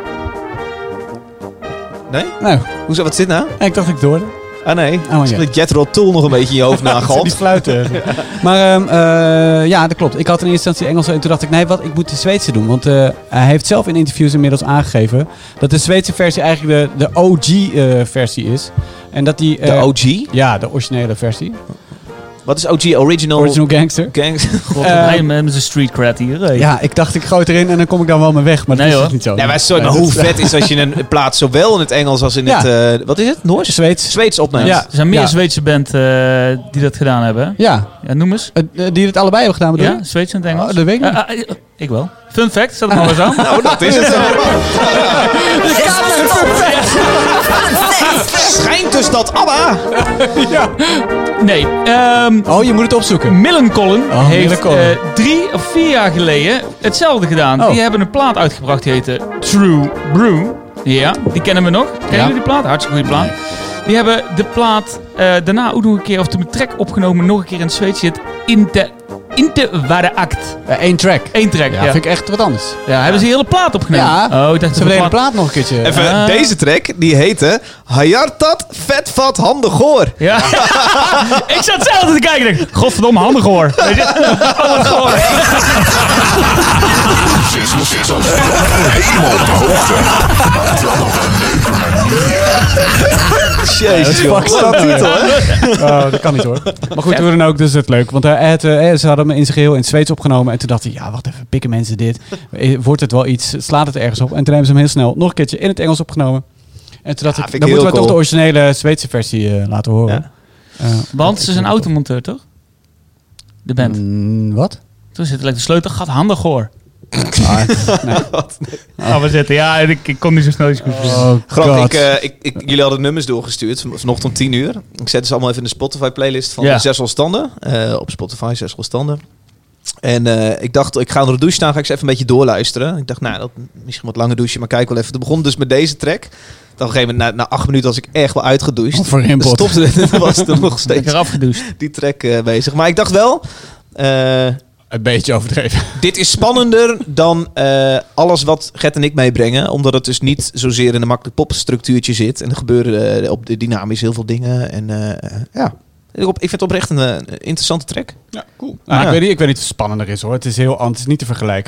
S2: Nee?
S4: Nou,
S2: Hoezo, wat is dit nou?
S4: en ik dacht ik het hoorde.
S2: Ah nee,
S4: Oh,
S2: is
S4: ja.
S2: met Jethro Tull nog een beetje in je hoofd
S4: Die
S2: nagehaald.
S4: fluiten. Maar ja, dat klopt. Ik had in eerste instantie Engelse en toen dacht ik, nee, ik moet de Zweedse doen. Want hij heeft zelf in interviews inmiddels aangegeven dat de Zweedse versie eigenlijk de OG-versie is. En dat die...
S2: De OG?
S4: Ja, de originele versie.
S2: Wat is OG? Original
S4: Gangster.
S2: Gangs?
S1: God, hij met zijn street cred hier. Hey.
S4: Ja, ik dacht ik gooi het erin en dan kom ik dan wel mee weg. Maar
S1: Nee,
S4: dat is
S1: hoor.
S4: dus niet zo.
S2: Ja, maar sorry, maar hoe vet is als je een plaat zowel in het Engels als in
S4: Ja.
S2: het... wat is het? Noors?
S4: Zweeds.
S2: Zweeds opneemt.
S4: Ja.
S1: Er zijn meer
S4: Ja.
S1: Zweedse band die dat gedaan hebben.
S4: Ja,
S1: Ja, noem eens.
S4: die het allebei hebben gedaan bedoel
S1: Ja,
S4: je?
S1: Zweeds en het Engels.
S4: Oh, dat weet ik niet.
S1: Ik wel. Fun fact, zet het maar eens aan.
S2: Nou, dat is het. Schijnt dus dat ABBA...
S1: Nee,
S4: Oh, je moet het opzoeken.
S1: Millencolin
S4: Oh,
S1: heeft
S4: Millencolin.
S1: 3 of 4 jaar geleden hetzelfde gedaan.
S4: Oh.
S1: Die hebben een plaat uitgebracht die heette True Brew. Ja, die kennen we nog. Kennen jullie die plaat? Hartstikke goede plaat. Die hebben de plaat daarna ook nog een keer, of de track opgenomen, nog een keer in het Zweeds. Die heet Inte Ware Act.
S4: 1 track.
S1: 1 track, ja.
S4: Vind ik echt wat anders.
S1: Ja, hebben ze een hele plaat opgenomen?
S4: Ja.
S1: Oh, ik dacht
S4: Ze hebben de hele plaat nog een keertje.
S2: Even, deze track, die heette... Hajartat, vet, handen, goor.
S1: Ja. Ik zat hetzelfde te kijken en dacht, godverdomme, handig hoor. Weet je? Oh, wat goor.
S2: Jezus, joh.
S4: Fuck staat titel, hè? Oh, dat kan niet hoor. Maar goed, hoe dan ook, dus het leuk. Want ze hadden me in zijn geheel in het Zweeds opgenomen. En toen dacht ik, ja, wacht even, pikken mensen dit? Wordt het wel iets? Slaat het ergens op? En toen hebben ze hem heel snel nog een keertje in het Engels opgenomen. En toen dacht
S2: Ja,
S4: ik,
S2: vind
S4: dan
S2: ik
S4: moeten we
S2: heel
S4: toch de originele Zweedse versie laten horen.
S1: Want ze zijn automonteur, toch? De band.
S4: Wat?
S1: Toen zit lekker de sleutelgat, handig hoor.
S4: Nee.
S1: Gaan we zitten. Ja, ik kon niet zo snel iets goed vinden.
S4: Oh,
S2: Grappig, jullie hadden nummers doorgestuurd vanochtend om 10 uur. Ik zette ze allemaal even in de Spotify-playlist van
S1: Ja.
S2: 6 standen. Op Spotify, 6 standen. En ik dacht, ik ga onder de douche staan, ga ik ze even een beetje doorluisteren. Ik dacht, nou, dat misschien wat lange douche, maar kijk wel even. Het begon dus met deze track. Dan op een gegeven moment, na 8 minuten was ik echt wel uitgedoucht.
S4: Overrimpeld.
S2: Stopte het en dan was het er nog steeds
S1: Lekker afgedoucht.
S2: die track bezig. Maar ik dacht wel...
S4: Een beetje overdreven.
S2: dit is spannender dan alles wat Gert en ik meebrengen. Omdat het dus niet zozeer in een makkelijk popstructuurtje zit. En er gebeuren op de dynamisch heel veel dingen. En ja, ik vind het oprecht een interessante track.
S4: Ja, cool. Nou,
S2: Ja.
S4: ik weet niet of het spannender is hoor. Het is niet te vergelijken.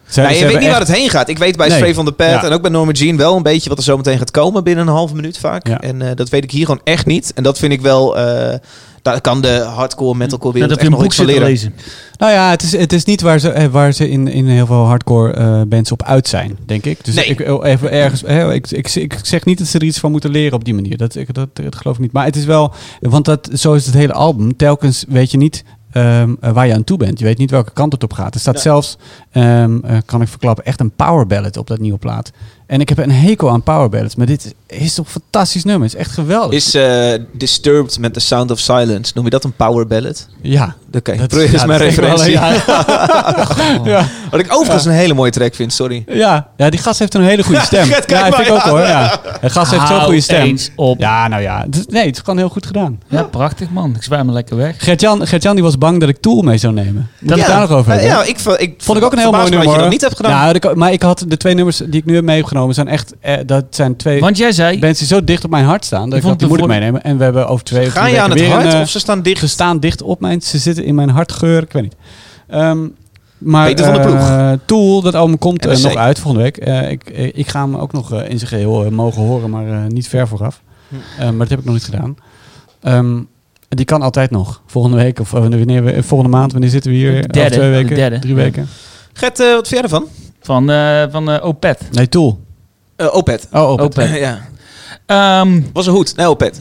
S2: Je weet niet waar het heen gaat. Ik weet bij Stray van de Pad en ook bij Norma Jean wel een beetje wat er zo meteen gaat komen binnen een halve minuut vaak. Ja. En dat weet ik hier gewoon echt niet. En dat vind ik wel... daar kan de hardcore metalcore wereld echt nog iets van leren. Lezen.
S4: Nou ja, het is niet waar ze in heel veel hardcore bands op uit zijn, denk ik. Dus ik zeg niet dat ze er iets van moeten leren op die manier. Dat geloof ik niet. Maar het is wel... Want zo is het hele album. Telkens weet je niet... waar je aan toe bent. Je weet niet welke kant het op gaat. Er staat zelfs, kan ik verklappen, echt een power ballad op dat nieuwe plaat. En ik heb een hekel aan power ballads, maar dit is toch een fantastisch nummer. Het is echt geweldig.
S2: Is Disturbed met The Sound of Silence, noem je dat een power ballad?
S4: Ja.
S2: Oké, dat is mijn referentie. Ja. Wat ik overigens een hele mooie track vind, sorry.
S4: Ja, die gast heeft een hele goede stem.
S2: Vind
S4: ik ook hoor. Ja. De gast heeft zo'n goede stem. Eens op. Ja, nou ja. Het is gewoon heel goed gedaan.
S1: Ja, prachtig man. Ik zwaai me lekker weg.
S4: Gert-Jan die was bang dat ik Tool mee zou nemen. Dat ik daar nog over heb.
S2: Ja,
S4: vond ik ook een heel mooi nummer.
S2: Dat je dat niet hebt gedaan.
S4: Ja, maar ik had de 2 nummers die ik nu heb meegenomen zijn echt... dat zijn 2
S1: Want jij zei...
S4: bands die zo dicht op mijn hart staan. Dat ik die moet ik meenemen. En we hebben over 2
S2: Ga je aan het hart of ze staan dicht?
S4: Ze staan dicht op mijn... Ze zitten in mijn hartgeur. Ik weet niet. Maar
S2: Peter van der Ploeg.
S4: Tool, dat album komt nog uit volgende week. Ik ga hem ook nog in zijn geheel mogen horen, maar niet ver vooraf. Maar dat heb ik nog niet gedaan. Die kan altijd nog. Volgende week of volgende maand. Wanneer zitten we hier? Over 2 weken? 3 weken.
S2: Gert, wat vind jij ervan?
S1: Van Opeth.
S4: Nee, Tool.
S2: Opeth.
S4: Oh, Opeth.
S2: Ja. Was een hoed. Nee, Opeth.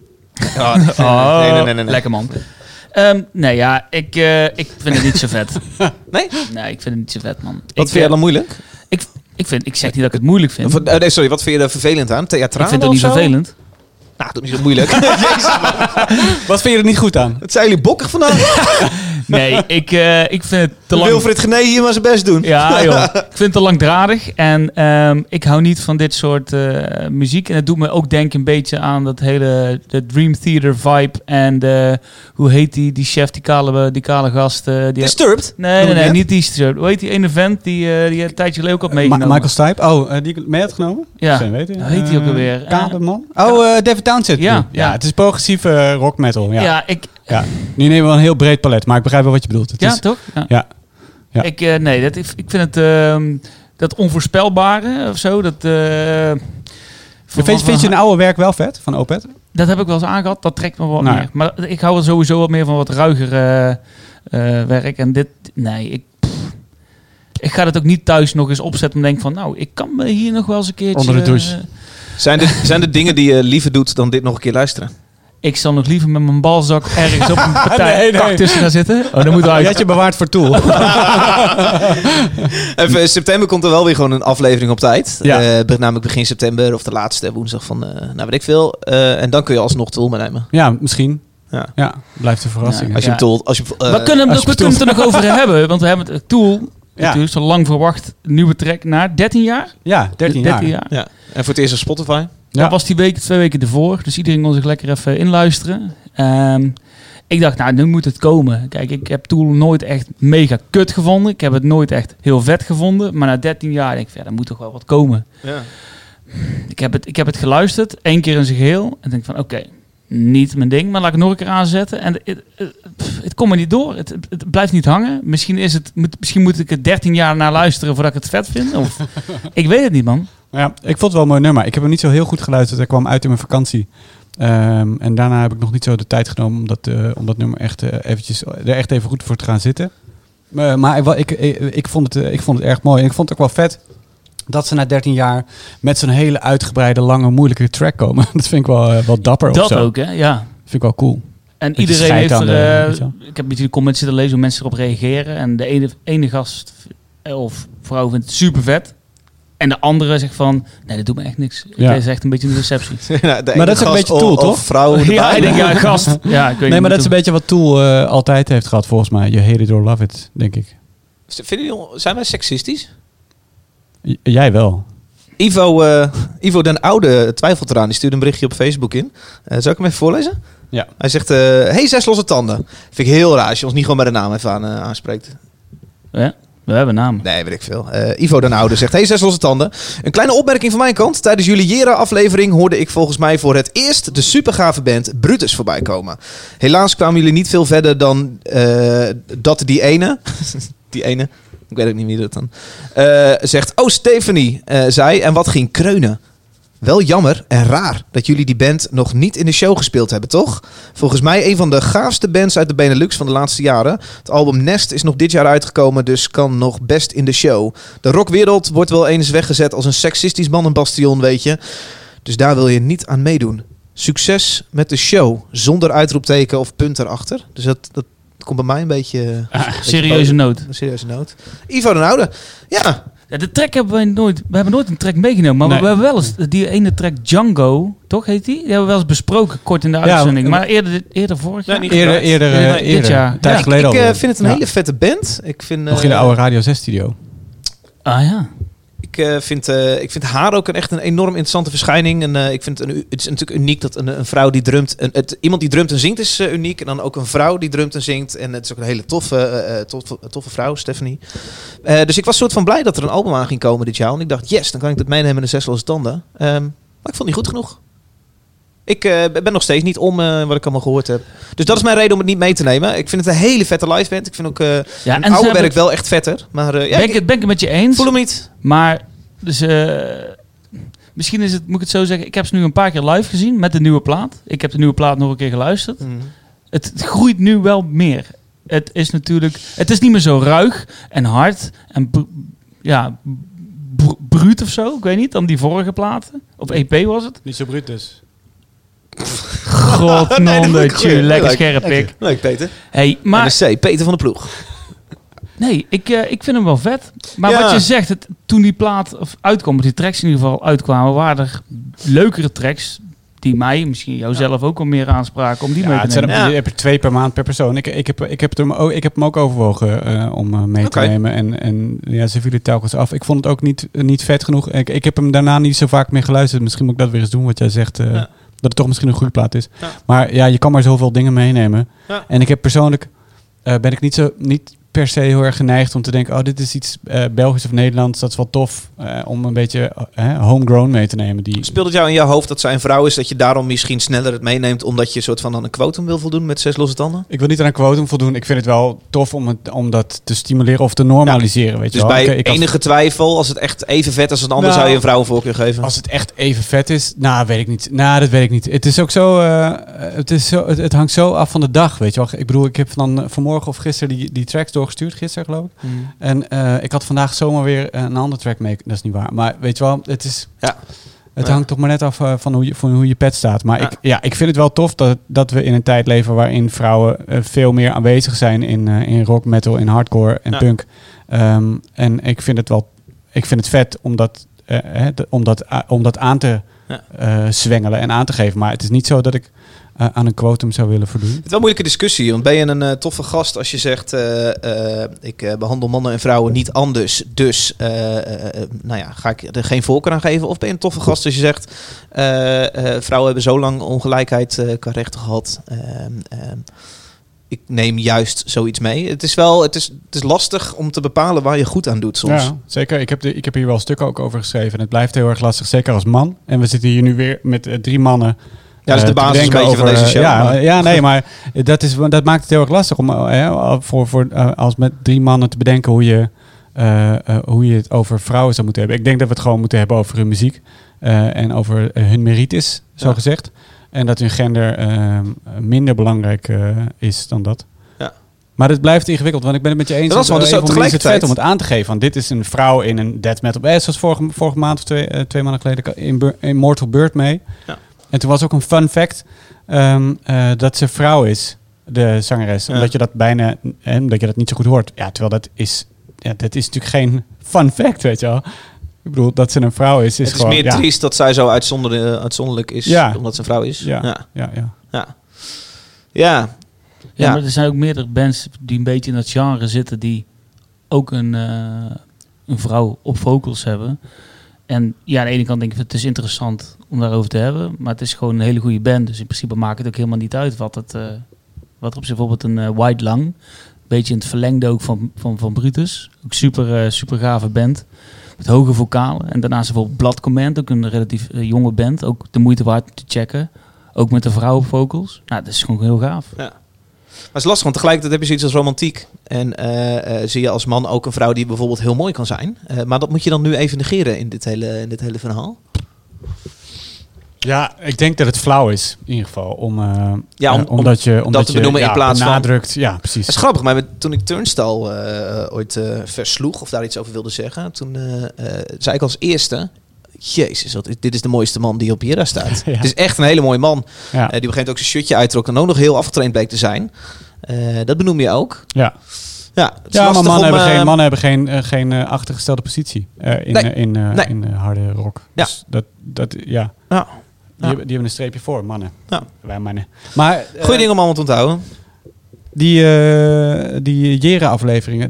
S1: Nee. Lekker man. Nee, ja, ik vind het niet zo vet.
S2: Nee?
S1: Nee, ik vind het niet zo vet, man.
S2: Wat vind jij dan moeilijk?
S1: Ik zeg niet dat ik het moeilijk vind.
S2: Nee, sorry, wat vind je er vervelend aan? Theatraal?
S1: Ik vind het niet vervelend.
S2: Nou, dat is niet zo moeilijk.
S4: Wat vind je er niet goed aan?
S2: Wat zijn jullie bokkig vandaag?
S1: Nee, ik vind het te lang...
S2: Wilfried Gené hier maar zijn best doen.
S1: Ja, joh. Ik vind het te langdradig. En ik hou niet van dit soort muziek. En het doet me ook denken een beetje aan dat hele de Dream Theater vibe. En hoe heet die chef, die kale gast?
S2: Disturbed?
S1: Nee, niet Disturbed. Hoe heet die ene vent die een tijdje geleden ook had meegenomen?
S4: Michael Stipe? Die ik mee had genomen?
S1: Ja.
S4: Geen weten.
S1: Hoe heet die ook alweer?
S4: Kamerman? David Townsend. Ja, het is progressieve rock metal. Ja, nu nemen we een heel breed palet, maar ik begrijp wel wat je bedoelt. Het
S1: ja,
S4: is,
S1: toch?
S4: Ja.
S1: Ik vind het dat onvoorspelbare of zo.
S4: Vind je een oude werk wel vet van Opeth?
S1: Dat heb ik wel eens aangehad. Dat trekt me wat meer. Maar ik hou er sowieso wat meer van wat ruiger werk. En dit, ik ga het ook niet thuis nog eens opzetten en denk van, nou, ik kan me hier nog wel eens een keertje...
S4: Onder de douche.
S2: Zijn er dingen die je liever doet dan dit nog een keer luisteren?
S1: Ik zal nog liever met mijn balzak ergens op een partij tussen gaan zitten.
S4: Oh, dan moet je had je bewaard voor Tool.
S2: Even, september komt er wel weer gewoon een aflevering op tijd. Ja. Namelijk begin september of de laatste woensdag van, weet ik veel. En dan kun je alsnog Tool meenemen.
S4: Ja, misschien. Ja, blijft een verrassing.
S2: Ja. Als je hem Tool...
S1: we kunnen het er nog over hebben. Want we hebben het Tool... Natuurlijk, zo lang verwacht nieuwe track na 13 jaar.
S4: Ja, 13 jaar.
S2: Ja. En voor het eerst op Spotify.
S1: Dat was die 2 weken ervoor. Dus iedereen kon zich lekker even inluisteren. Ik dacht, nou, nu moet het komen. Kijk, ik heb Tool nooit echt mega kut gevonden. Ik heb het nooit echt heel vet gevonden. Maar na 13 jaar denk ik, er moet toch wel wat komen. Ja. Ik heb het geluisterd, 1 keer in zijn geheel. En denk van, oké, niet mijn ding. Maar laat ik het nog een keer aanzetten. En het komt me niet door. Het blijft niet hangen. Misschien moet ik het 13 jaar naar luisteren voordat ik het vet vind. Of, ik weet het niet, man.
S4: Ja, ik vond het wel een mooi nummer. Ik heb hem niet zo heel goed geluisterd. Hij kwam uit in mijn vakantie. En daarna heb ik nog niet zo de tijd genomen om dat nummer echt even goed voor te gaan zitten. Maar ik vond het erg mooi. En ik vond het ook wel vet dat ze na 13 jaar met zo'n hele uitgebreide, lange, moeilijke track komen. Dat vind ik wel dapper.
S1: Dat ook, hè? Ja.
S4: Vind ik wel cool.
S1: En iedereen heeft er... ik heb een beetje de comments zitten lezen hoe mensen erop reageren. En de ene gast of vrouw vindt het super vet. En de andere zegt van, nee, dat doet me echt niks. Het is echt een beetje een deceptie.
S2: Ja,
S4: maar dat is een beetje Tool, toch?
S2: Vrouw
S1: gast. Ja, ik weet
S4: nee, maar dat is een beetje wat Tool altijd heeft gehad, volgens mij. You hate it or love it, denk ik.
S2: Zijn wij seksistisch?
S4: Jij wel.
S2: Ivo den Oude twijfelt eraan. Die stuurde een berichtje op Facebook in. Zal ik hem even voorlezen?
S4: Ja.
S2: Hij zegt, hey 6 losse tanden. Vind ik heel raar als je ons niet gewoon bij de naam even aanspreekt.
S1: Ja. We hebben naam.
S2: Nee, weet ik veel. Ivo den Oude zegt, hey 6 losse tanden. Een kleine opmerking van mijn kant. Tijdens jullie Jera-aflevering hoorde ik volgens mij voor het eerst de supergave band Brutus voorbij komen. Helaas kwamen jullie niet veel verder dan dat die ene... Ik weet ook niet wie dat dan. Zegt, Stephanie zei, en wat ging kreunen? Wel jammer en raar dat jullie die band nog niet in de show gespeeld hebben, toch? Volgens mij een van de gaafste bands uit de Benelux van de laatste jaren. Het album Nest is nog dit jaar uitgekomen, dus kan nog best in de show. De rockwereld wordt wel eens weggezet als een seksistisch mannenbastion, weet je. Dus daar wil je niet aan meedoen. Succes met de show, zonder uitroepteken of punt erachter. Dus dat komt bij mij een beetje...
S1: serieuze noot.
S2: Een serieuze noot. Ivo den Oude. Ja.
S1: Ja, de track hebben we nooit... We hebben nooit een track meegenomen. Maar we hebben wel eens die ene track Django, toch heet die? Die hebben we wel eens besproken, kort in de uitzending. Maar eerder vorig jaar?
S4: Eerder,
S1: dit jaar.
S4: Een tijd geleden
S2: Ik
S4: al.
S2: vind het een hele vette band. Ik vind,
S4: Nog in de oude Radio 6 studio.
S1: Ah ja.
S2: Ik vind haar ook echt een enorm interessante verschijning. En ik vind het is natuurlijk uniek dat een vrouw die drumt... iemand die drumt en zingt is uniek. En dan ook een vrouw die drumt en zingt. En het is ook een hele toffe vrouw, Stephanie. Dus ik was soort van blij dat er een album aan ging komen dit jaar. Want ik dacht, yes, dan kan ik dat meenemen in de 6 losse tanden. Maar ik vond die goed genoeg. Ik ben nog steeds niet om wat ik allemaal gehoord heb. Dus dat is mijn reden om het niet mee te nemen. Ik vind het een hele vette live band. Ik vind ook een oude werk wel echt vetter. Maar
S1: ben ik het met je eens.
S2: Voel hem niet.
S1: Maar dus, misschien is het, moet ik het zo zeggen, ik heb ze nu een paar keer live gezien met de nieuwe plaat. Ik heb de nieuwe plaat nog een keer geluisterd. Het groeit nu wel meer. Het is natuurlijk, het is niet meer zo ruig en hard en bruut of zo. Ik weet niet, dan die vorige platen. Of EP was het.
S4: Niet zo bruut dus.
S1: Godnondetje, lekker scherp pik.
S2: Leuk, Peter.
S1: Hey, maar
S2: NSC, Peter van de Ploeg.
S1: Nee, ik vind hem wel vet. Maar wat je zegt, toen die plaat uitkwam, die tracks in ieder geval uitkwamen, waren er leukere tracks die mij, misschien jouzelf ook al meer aanspraken om die mee te nemen.
S4: Je hebt er 2 per maand per persoon. Ik heb hem ook overwogen om mee te nemen. En ze vielen telkens af. Ik vond het ook niet vet genoeg. Ik heb hem daarna niet zo vaak meer geluisterd. Misschien moet ik dat weer eens doen, wat jij zegt. Dat het toch misschien een goede plaat is. Ja. Maar je kan maar zoveel dingen meenemen. Ja. En ik heb persoonlijk, ben ik niet per se heel erg geneigd om te denken, dit is iets Belgisch of Nederlands, dat is wel tof om een beetje homegrown mee te nemen.
S2: Speelt het jou in jouw hoofd dat zij een vrouw is, dat je daarom misschien sneller het meeneemt, omdat je een soort van aan een quotum wil voldoen met 6 losse tanden?
S4: Ik wil niet aan een quotum voldoen. Ik vind het wel tof om dat te stimuleren of te normaliseren. Weet je
S2: dus
S4: wel.
S2: Bij enige twijfel, als het echt even vet als een ander, zou je een vrouw een voorkeur geven?
S4: Als het echt even vet is, weet ik niet. Dat weet ik niet. Het is ook zo, het hangt zo af van de dag, weet je wel. Ik bedoel, ik heb vanmorgen of gisteren die tracks doorgestuurd, gisteren geloof ik. En ik had vandaag zomaar weer een andere track mee. Dat is niet waar. Maar weet je wel, het is... Ja. Het hangt toch maar net af van hoe je pet staat. Maar ik vind het wel tof dat we in een tijd leven waarin vrouwen veel meer aanwezig zijn in rock, metal, in hardcore en punk. En ik vind het vet om dat aan te zwengelen en aan te geven. Maar het is niet zo dat ik aan een quotum zou willen voldoen. Het
S2: is wel een moeilijke discussie. Want ben je een toffe gast als je zegt, ik behandel mannen en vrouwen niet anders. Dus ga ik er geen voorkeur aan geven? Of ben je een toffe gast als je zegt, vrouwen hebben zo lang ongelijkheid qua rechten gehad. Ik neem juist zoiets mee. Het is lastig om te bepalen waar je goed aan doet soms.
S4: Ja, zeker. Ik heb hier wel stukken ook over geschreven. En het blijft heel erg lastig, zeker als man. En we zitten hier nu weer met 3 mannen.
S2: Ja, dat is de basis een beetje van deze show.
S4: Maar dat maakt het heel erg lastig om als met 3 mannen te bedenken hoe je het over vrouwen zou moeten hebben. Ik denk dat we het gewoon moeten hebben over hun muziek en over hun merites, zo gezegd. En dat hun gender minder belangrijk is dan dat. Ja. Maar het blijft ingewikkeld, want ik ben het met je eens.
S2: Dat is
S4: het vet om het aan te geven. Want dit is een vrouw in een death metal. Zoals vorige maand of 2 maanden geleden in Mortal Bird mee. Ja. En toen was ook een fun fact dat ze vrouw is, de zangeres. Ja. Omdat je dat omdat je dat niet zo goed hoort. Ja, terwijl dat is natuurlijk geen fun fact, weet je wel. Ik bedoel, dat ze een vrouw is
S2: het
S4: gewoon...
S2: Het is meer triest dat zij zo uitzonderlijk is, omdat ze een vrouw is. Ja,
S1: maar er zijn ook meerdere bands die een beetje in dat genre zitten, die ook een vrouw op vocals hebben. En aan de ene kant denk ik, het is interessant om daarover te hebben, maar het is gewoon een hele goede band. Dus in principe maakt het ook helemaal niet uit wat er op zich bijvoorbeeld een White Lung, een beetje in het verlengde ook van Brutus. Ook super gave band. Met hoge vocalen. En daarnaast bijvoorbeeld Blood Command, ook een relatief jonge band. Ook de moeite waard te checken. Ook met de vrouwenvocals. Nou, dat is gewoon heel gaaf. Ja.
S2: het is lastig, want tegelijkertijd heb je zoiets als romantiek. En zie je als man ook een vrouw die bijvoorbeeld heel mooi kan zijn. Maar dat moet je dan nu even negeren in dit hele verhaal.
S4: Ja, ik denk dat het flauw is, in ieder geval. Omdat je
S2: te benoemen in plaats
S4: benadrukt. Ja, precies.
S2: Het is grappig, maar toen ik Turnstile ooit versloeg, of daar iets over wilde zeggen, toen zei ik als eerste... Jezus, dit is de mooiste man die op Jera staat.
S4: Ja.
S2: Het is echt een hele mooie man.
S4: Ja.
S2: Die op een gegeven moment ook zijn shirtje uittrok en ook nog heel afgetraind bleek te zijn. Dat benoem je ook.
S4: Ja.
S2: Ja, het is
S4: Ja, maar
S2: lastig
S4: mannen hebben geen achtergestelde positie in harde rock.
S2: Ja.
S4: Dus dat
S2: Ja. Ja.
S4: Die hebben een streepje voor, mannen.
S2: Ja.
S4: Wij mannen. Maar
S2: Goeie ding om allemaal te onthouden.
S4: Die Jera-afleveringen,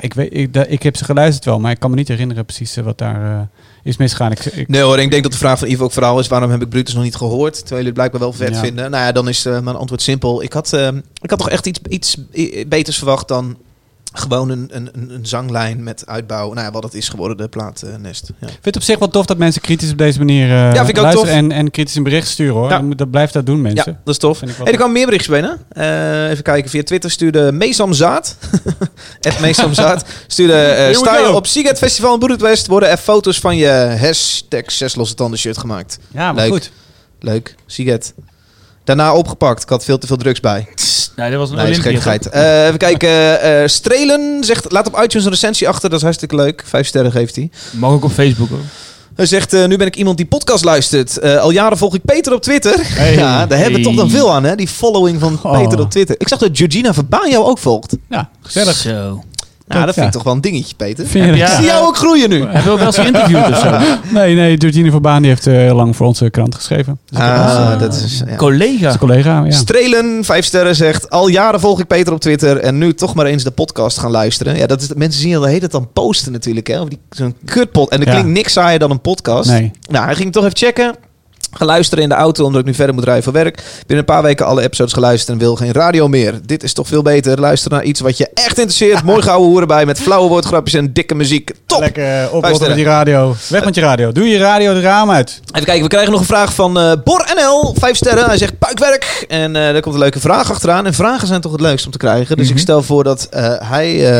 S4: ik heb ze geluisterd wel, maar ik kan me niet herinneren precies wat daar is misgegaan.
S2: Nee hoor, ik denk dat de vraag van Ivo ook vooral is, waarom heb ik Brutus nog niet gehoord? Terwijl jullie het blijkbaar wel vet vinden. Nou ja, dan is mijn antwoord simpel. Ik had toch echt iets beters verwacht dan gewoon een zanglijn met uitbouw. Nou ja, wat het is geworden, de plaatnest. Ja.
S4: Ik vind het op zich wel tof dat mensen kritisch op deze manier
S2: vind ik ook
S4: luisteren en kritisch een bericht sturen, hoor.
S2: Ja.
S4: Dat blijft dat doen, mensen.
S2: Ja, dat is tof. Er kwamen meer berichtjes binnen. Even kijken, via Twitter stuurde Meesamzaad. @Meesamzaad. Stuurde, sta je op Siget Festival in Boedapest, worden er foto's van je hashtag 6 losse tanden shirt gemaakt.
S4: Ja, maar
S2: leuk.
S4: goed.
S2: Leuk, Siget. Daarna opgepakt. Ik had veel te veel drugs bij.
S1: Nee, dat was een
S2: Nee, is
S1: Olympia.
S2: gekkigheid. Even kijken. Strelen zegt, laat op iTunes een recensie achter. Dat is hartstikke leuk. 5 sterren geeft hij.
S1: Mag ook op Facebook hoor.
S2: Hij zegt, nu ben ik iemand die podcast luistert. Al jaren volg ik Peter op Twitter.
S4: Hey.
S2: Ja, daar hebben we toch dan veel aan, hè? Die following van Peter op Twitter. Ik zag dat Georgina Verbaan jou ook volgt.
S4: Ja, gezellig.
S1: Zo.
S2: Nou, dat vind ik
S4: Ja.
S2: toch wel een dingetje, Peter.
S4: Vind je
S2: Ik
S4: dat?
S1: Ja.
S2: zie jou ook groeien nu.
S1: Heb je ook wel eens geïnterviewd of zo?
S4: Nee, Georgine Verbaan die heeft heel lang voor onze krant geschreven. Dus
S2: Dat is... Ja.
S1: Collega.
S4: een collega, ja.
S2: Strelen, 5 sterren, zegt... Al jaren volg ik Peter op Twitter... en nu toch maar eens de podcast gaan luisteren. Ja, dat is, mensen zien je de hele tijd dan posten natuurlijk. Hè, over zo'n kutpot. En er klinkt niks saaier dan een podcast.
S4: Nee.
S2: Nou, hij ging toch even checken. Ga luisteren in de auto, omdat ik nu verder moet rijden voor werk. Binnen een paar weken alle episodes geluisterd en wil geen radio meer. Dit is toch veel beter. Luister naar iets wat je echt interesseert. Mooi gouden hoeren bij met flauwe woordgrapjes en dikke muziek. Top!
S4: Lekker oprotten met die radio. Weg met je radio. Doe je radio het raam uit.
S2: Even kijken, we krijgen nog een vraag van Bor NL. 5 sterren. Hij zegt puikwerk. En daar komt een leuke vraag achteraan. En vragen zijn toch het leukst om te krijgen. Dus ik stel voor dat hij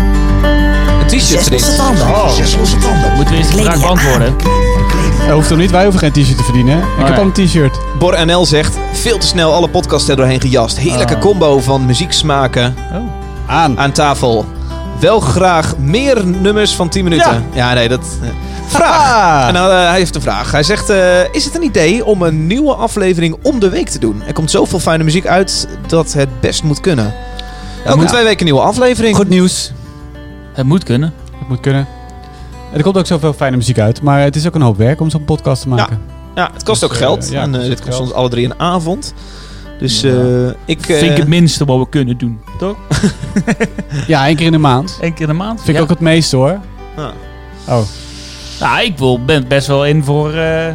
S2: een t-shirt
S3: 6 losse
S2: verdient.
S3: tanden. 6 losse tanden.
S1: Moeten we eerst de vraag beantwoorden?
S4: Dat hoeft toch niet? Wij hoeven geen t-shirt te verdienen. Ik heb al een t-shirt.
S2: Bor NL zegt, veel te snel alle podcasts er doorheen gejast. Heerlijke combo van muzieksmaken aan tafel. Wel graag meer nummers van 10 minuten. Ja, nee, dat... Vraag. En hij heeft een vraag. Hij zegt, is het een idee om een nieuwe aflevering om de week te doen? Er komt zoveel fijne muziek uit dat het best moet kunnen. Elke 2 weken een nieuwe aflevering.
S4: Goed nieuws.
S1: Het moet kunnen.
S4: Het moet kunnen. Er komt ook zoveel fijne muziek uit. Maar het is ook een hoop werk om zo'n podcast te maken.
S2: Ja, het kost
S4: Dus,
S2: ook geld.
S4: ja,
S2: En
S4: het kost
S2: dit kost
S4: geld.
S2: ons alle 3 een avond. Dus ik...
S1: Vind ik het minste wat we kunnen doen. Toch?
S4: Ja, 1 keer in de maand.
S1: 1 keer in de maand.
S4: Vind ik ook het meeste, hoor.
S2: Ja.
S4: Oh.
S1: Nou, ik ben best wel in voor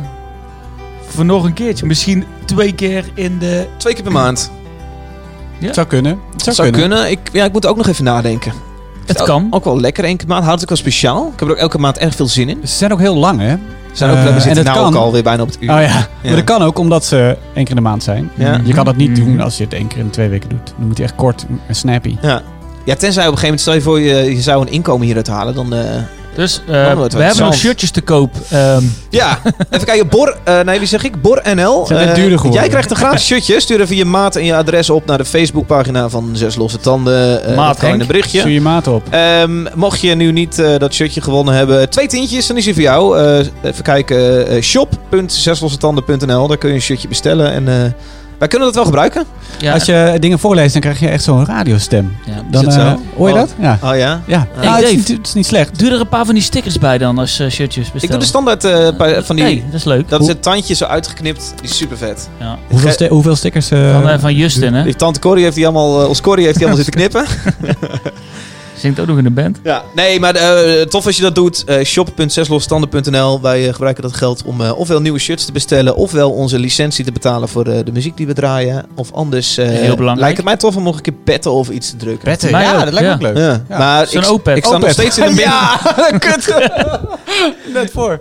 S1: nog een keertje. Misschien 2 keer in de...
S2: 2 keer per maand.
S1: Ja.
S4: Het zou kunnen.
S2: Het zou kunnen. Ik moet ook nog even nadenken.
S1: Het kan.
S2: Ook wel lekker 1 keer per maand. Houdt het ook wel speciaal. Ik heb er ook elke maand erg veel zin in.
S4: Ze zijn ook heel lang, hè?
S2: We zitten
S4: en dat
S2: nou
S4: kan.
S2: ook alweer bijna op het uur.
S4: Oh ja. Maar dat kan ook omdat ze 1 keer in de maand zijn.
S2: Ja.
S4: Je kan dat niet doen als je het 1 keer in de 2 weken doet. Dan moet je echt kort en snappy.
S2: Ja, tenzij op een gegeven moment, stel je voor je zou een inkomen hieruit halen, dan...
S1: Dus
S2: wordt het
S1: we hebben
S2: interessant.
S1: nog shirtjes te koop.
S2: Ja, even kijken. wie zeg ik? Bor NL.
S4: Zijn net duurder geworden.
S2: Jij krijgt een gratis shirtje. Stuur even je maat en je adres op naar de Facebookpagina van 6 losse tanden.
S1: Maat
S2: dat kan in
S1: Henk.
S2: een berichtje.
S4: Stuur je maat op.
S2: Mocht je nu niet dat shirtje gewonnen hebben, 2 tientjes, dan is hij voor jou. Even kijken, shop.6lossetanden.nl. Daar kun je een shirtje bestellen. En wij kunnen dat wel gebruiken.
S1: ja,
S4: Als je dingen voorleest, dan krijg je echt zo'n radiostem.
S1: ja.
S4: Dan,
S2: het zo?
S4: hoor je
S2: Oh.
S4: dat? Ja.
S2: Oh ja?
S4: Ja.
S2: Hey,
S4: Nou,
S1: Dave.
S4: het is niet slecht.
S1: Doe er een paar van die stickers bij dan als shirtjes bestellen.
S2: Ik doe de standaard van die...
S1: Nee, dat is leuk.
S2: Dat is het tandje zo uitgeknipt. Die is super vet.
S1: Ja.
S4: Hoeveel stickers?
S1: Van Justin, hè?
S2: Die tante Corrie heeft die allemaal, ons Corrie heeft die allemaal zitten knippen.
S1: Zingt ook nog in de band.
S2: Ja, nee, maar tof als je dat doet. Shop.6losstanden.nl. Wij gebruiken dat geld om ofwel nieuwe shirts te bestellen, ofwel onze licentie te betalen voor de muziek die we draaien. Of anders
S1: Heel belangrijk.
S2: lijkt het mij tof om nog een keer petten of iets te drukken.
S4: Petten.
S1: Mij
S4: Ja,
S1: ook,
S4: dat lijkt me
S1: ja.
S4: ook leuk.
S2: Ja. Maar
S1: Zo'n
S2: ik
S1: OPET.
S2: sta nog
S4: OPET.
S2: steeds in de min.
S4: Ja, kut. Net voor.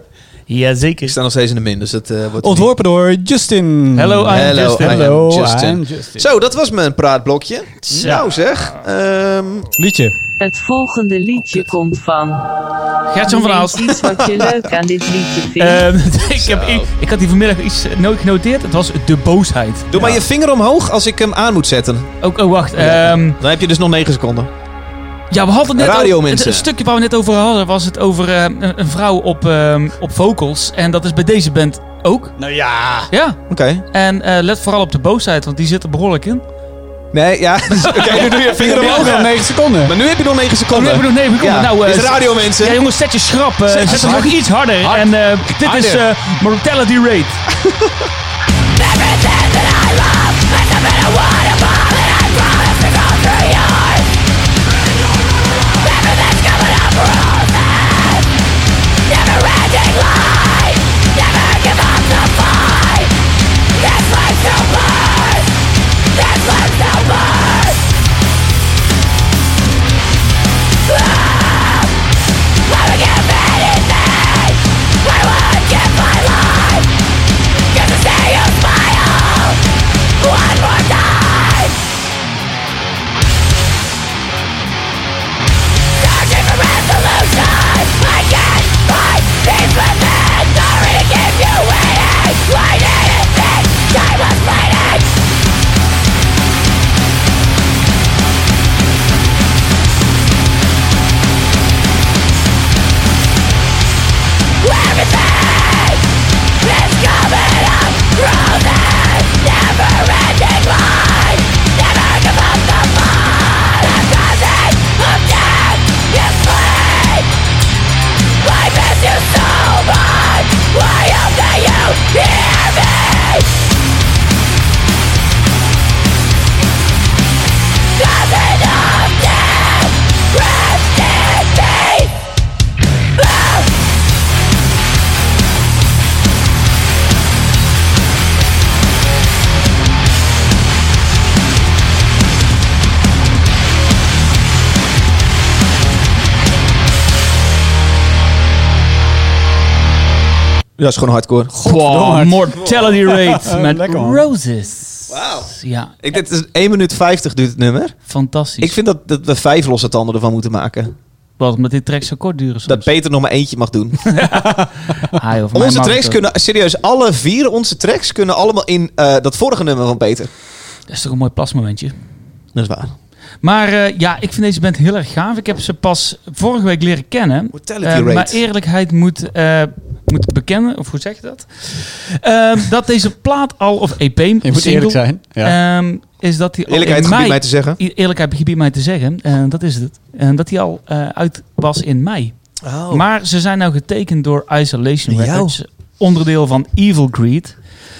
S1: Jazeker.
S2: Ik sta nog steeds in de min, dus het wordt...
S4: Ontworpen door Justin.
S1: Hello, I'm
S2: Hello,
S1: Justin.
S2: I am
S4: Hello,
S2: Justin.
S4: I'm Justin.
S2: Zo, dat was mijn praatblokje. Nou zeg.
S4: Liedje.
S5: Het volgende liedje komt van...
S1: Gert-Jan van Aalst.
S5: Iets wat je leuk aan dit liedje vindt.
S1: Ik had die vanmiddag iets genoteerd. Het was de boosheid.
S2: Doe maar je vinger omhoog als ik hem aan moet zetten.
S1: Oh, wacht.
S2: Dan heb je dus nog 9 seconden.
S1: Ja, we hadden net
S2: Radio,
S1: over,
S2: mensen.
S1: het stukje waar we net over hadden, was het over een vrouw op vocals. En dat is bij deze band ook.
S4: Nou ja.
S1: Ja.
S2: Oké.
S1: En let vooral op de boosheid, want die zit er behoorlijk in.
S2: Nee, ja. Oké, nu doe je vinger omhoog.
S4: Nog 9 seconden.
S2: Maar nu heb je nog 9
S1: Oh,
S2: seconden.
S1: nu hebben we nog 9 seconden.
S2: Ja.
S1: Nou,
S2: Is radio, mensen.
S1: Ja, jongens, zet je schrap. Zet hem nog iets harder.
S4: Hard.
S1: En dit is Mortality Rate.
S2: Ja, dat is gewoon hardcore.
S1: Wow, Mortality Rate met
S4: Lekker, man.
S1: Roses.
S2: Wauw.
S1: Ja,
S2: Dit is 1 minuut 50 duurt het nummer.
S1: fantastisch.
S2: Ik vind dat we 5 losse tanden ervan moeten maken.
S1: Wat, omdat dit track zo kort duren soms.
S2: Dat Peter nog maar eentje mag doen.
S1: Ah, joh, voor mij
S2: Onze
S1: mag
S2: tracks
S1: het
S2: kunnen, serieus, alle 4 onze tracks kunnen allemaal in dat vorige nummer van Peter.
S1: ook. Dat is toch een mooi plasmomentje.
S2: Dat is waar.
S1: Maar ja, ik vind deze band heel erg gaaf. Ik heb ze pas vorige week leren kennen.
S2: Mortality Rate.
S1: Maar eerlijkheid moet bekennen, of hoe zeg je dat? Dat deze plaat al, of EP,
S4: Je moet
S1: single,
S4: eerlijk zijn. Ja.
S1: is dat die al
S2: Eerlijkheid
S1: in
S2: gebiedt
S1: mei...
S2: mij te zeggen.
S1: Eerlijkheid gebiedt mij te zeggen, dat is het. Dat die al uit was in mei.
S2: Oh.
S1: Maar ze zijn nou getekend door Isolation
S2: Jou.
S1: Records, onderdeel van Evil Greed.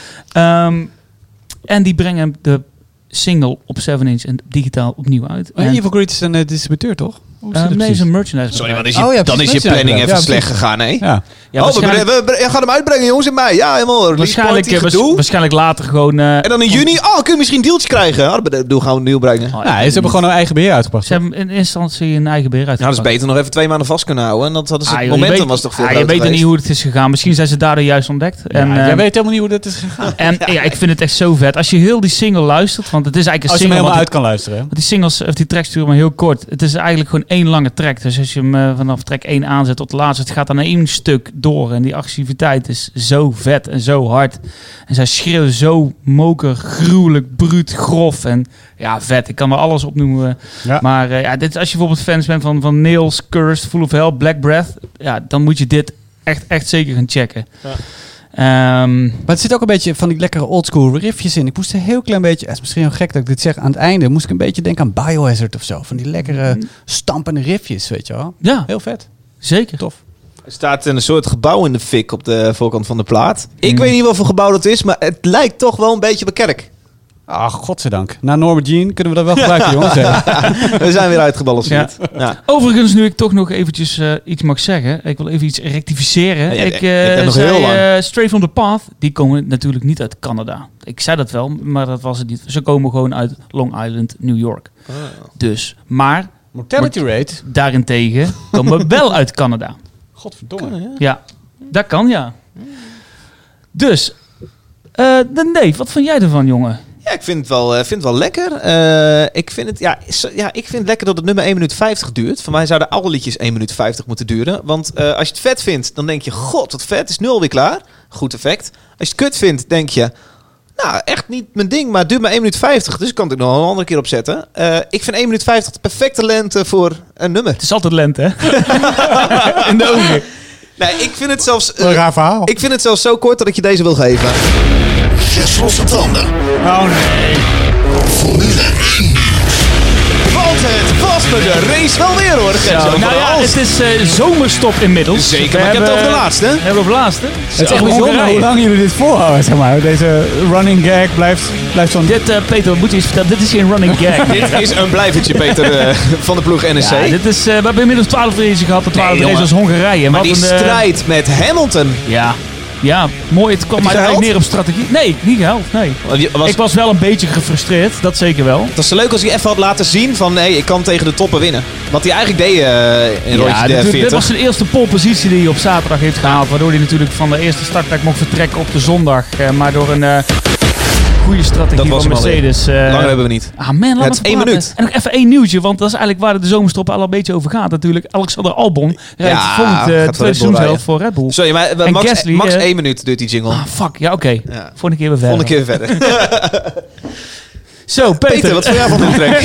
S1: En die brengen de single op 7-inch en digitaal opnieuw uit.
S4: Maar
S1: En,
S4: Evil Greed is een distributeur, toch? Hoe zit het
S1: nee, is
S4: precies?
S1: een merchandise.
S2: Sorry, maar
S1: bedrijf.
S2: dan is je,
S4: Oh, ja,
S2: dan is je
S4: precies,
S2: planning
S4: ja,
S2: even
S4: ja,
S2: slecht
S4: precies.
S2: gegaan, hè?
S4: Ja.
S1: Ja,
S2: Oh, we gaan hem uitbrengen, jongens, in mei. Ja, helemaal. Release party, gedoe.
S1: waarschijnlijk later gewoon...
S2: En dan in juni, kun je misschien een deeltje krijgen. Ja, dat gaan we nieuw brengen.
S1: Oh,
S4: Ja, ze hebben gewoon hun eigen beheer uitgebracht.
S1: Ze hebben in eerste instantie een eigen beheer
S2: Nou, dat
S1: uitgebracht.
S2: is beter nog even 2 maanden vast kunnen houden. En dat hadden ze,
S1: Ah,
S2: het
S1: joh, je
S2: momentum
S1: weet-
S2: was toch veel
S1: Je
S2: groter
S1: weet
S2: geweest.
S1: niet hoe het is gegaan. Misschien zijn ze daardoor juist ontdekt. En,
S4: Ja, jij weet helemaal niet hoe dat is gegaan.
S1: en ja, ik vind het echt zo vet. Als je heel die single luistert, want het is eigenlijk
S4: Als
S1: een
S4: je hem
S1: single...
S4: helemaal
S1: want
S4: uit kan luisteren. Hè?
S1: want die singles, of die tracks duren maar heel kort. Het is eigenlijk gewoon één lange track. Dus als je hem vanaf track 1 aanzet tot de laatste, het gaat dan één stuk door. En die agressiviteit is zo vet en zo hard. En zij schreeuwen zo moker, gruwelijk, bruut, grof. En ja, vet. Ik kan er alles opnoemen.
S4: Ja.
S1: Maar ja, dit, als je bijvoorbeeld fans bent van Nails, Cursed, Full of Hell, Black Breath, ja, dan moet je dit echt zeker gaan checken.
S2: Ja.
S4: Maar het zit ook een beetje van die lekkere oldschool riffjes in. Ik moest een heel klein beetje, het is misschien heel gek dat ik dit zeg, aan het einde moest ik een beetje denken aan Biohazard of zo. Van die lekkere stampende riffjes, weet je wel.
S1: Ja,
S4: Heel vet.
S1: zeker.
S4: Tof.
S2: Er staat een soort gebouw in de fik op de voorkant van de plaat. Ik weet niet wat voor gebouw dat is, maar het lijkt toch wel een beetje op een kerk.
S4: Ach, godzijdank. Na Norma Jean kunnen we dat wel gebruiken, jongens. Hè?
S2: We zijn weer uitgebalanceerd. Ja.
S1: Overigens, nu ik toch nog eventjes iets mag zeggen. Ik wil even iets rectificeren.
S2: Ja,
S1: ik
S2: je hebt nog
S1: zei,
S2: heel lang.
S1: Stray from the Path, die komen natuurlijk niet uit Canada. Ik zei dat wel, maar dat was het niet. Ze komen gewoon uit Long Island, New York. Dus, maar
S4: Mortality rate.
S1: daarentegen komen we wel uit Canada.
S4: Godverdomme.
S1: Ja, dat kan, ja. Dus, Dave, wat vind jij ervan, jongen?
S2: Ja, ik vind het wel lekker. Ik vind het lekker dat het nummer 1 minuut 50 duurt. Voor mij zouden alle liedjes 1 minuut 50 moeten duren. Want als je het vet vindt, dan denk je... God, wat vet, het is nu alweer klaar. Goed effect. Als je het kut vindt, denk je... Nou, echt niet mijn ding, maar het duurt maar 1 minuut 50. Dus ik kan het nog een andere keer opzetten. Ik vind 1 minuut 50 de perfecte lengte voor een nummer.
S1: Het is altijd lente, hè? In de ogen.
S2: Nee, ik vind het zelfs...
S4: Een raar verhaal.
S2: Ik vind het zelfs zo kort dat ik je deze wil geven.
S6: 6 losse tanden.
S4: Oh nee.
S6: Formule 1.
S2: Want het was me de race wel weer, hoor.
S1: Zo, nou ja, het is zomerstop inmiddels.
S2: Zeker, maar ik heb het over de laatste.
S1: We hebben over de laatste.
S4: Het is echt bijzonder hoe lang jullie dit volhouden, zeg maar. Deze running gag blijft zo'n...
S1: Peter, moet je eens vertellen. Dit is geen running gag.
S2: Dit is een blijvertje, Peter, van de ploeg NSC.
S1: Ja, dit is, we hebben inmiddels 12 races gehad. De 12e race was Hongarije.
S2: Maar die strijd met Hamilton.
S1: Ja, mooi. Het kwam eigenlijk neer op strategie. Nee, niet gehelpt. Nee. Ik was wel een beetje gefrustreerd. Dat zeker wel.
S2: Het was zo leuk als hij even had laten zien van... nee, ik kan tegen de toppen winnen. Wat hij eigenlijk deed in rondje 40.
S1: Dit was zijn eerste polepositie die hij op zaterdag heeft gehaald. Waardoor hij natuurlijk van de eerste startplek mocht vertrekken op de zondag. Maar door een... goede strategie van Mercedes.
S2: Langer hebben we niet.
S1: Ah man, laat het
S2: 1 minuut.
S1: En nog even 1 nieuwtje, want dat is eigenlijk waar de zomerstop al een beetje over gaat natuurlijk. Alexander Albon rijdt volgend tweede seizoenshelft voor Red Bull.
S2: Sorry, maar max 1 minuut duurt die jingle.
S1: Ah, fuck. Ja, oké.
S2: Ja.
S1: Volgende keer weer verder.
S2: Volgende keer verder.
S1: Zo, Peter.
S2: Wat vond jij van de track?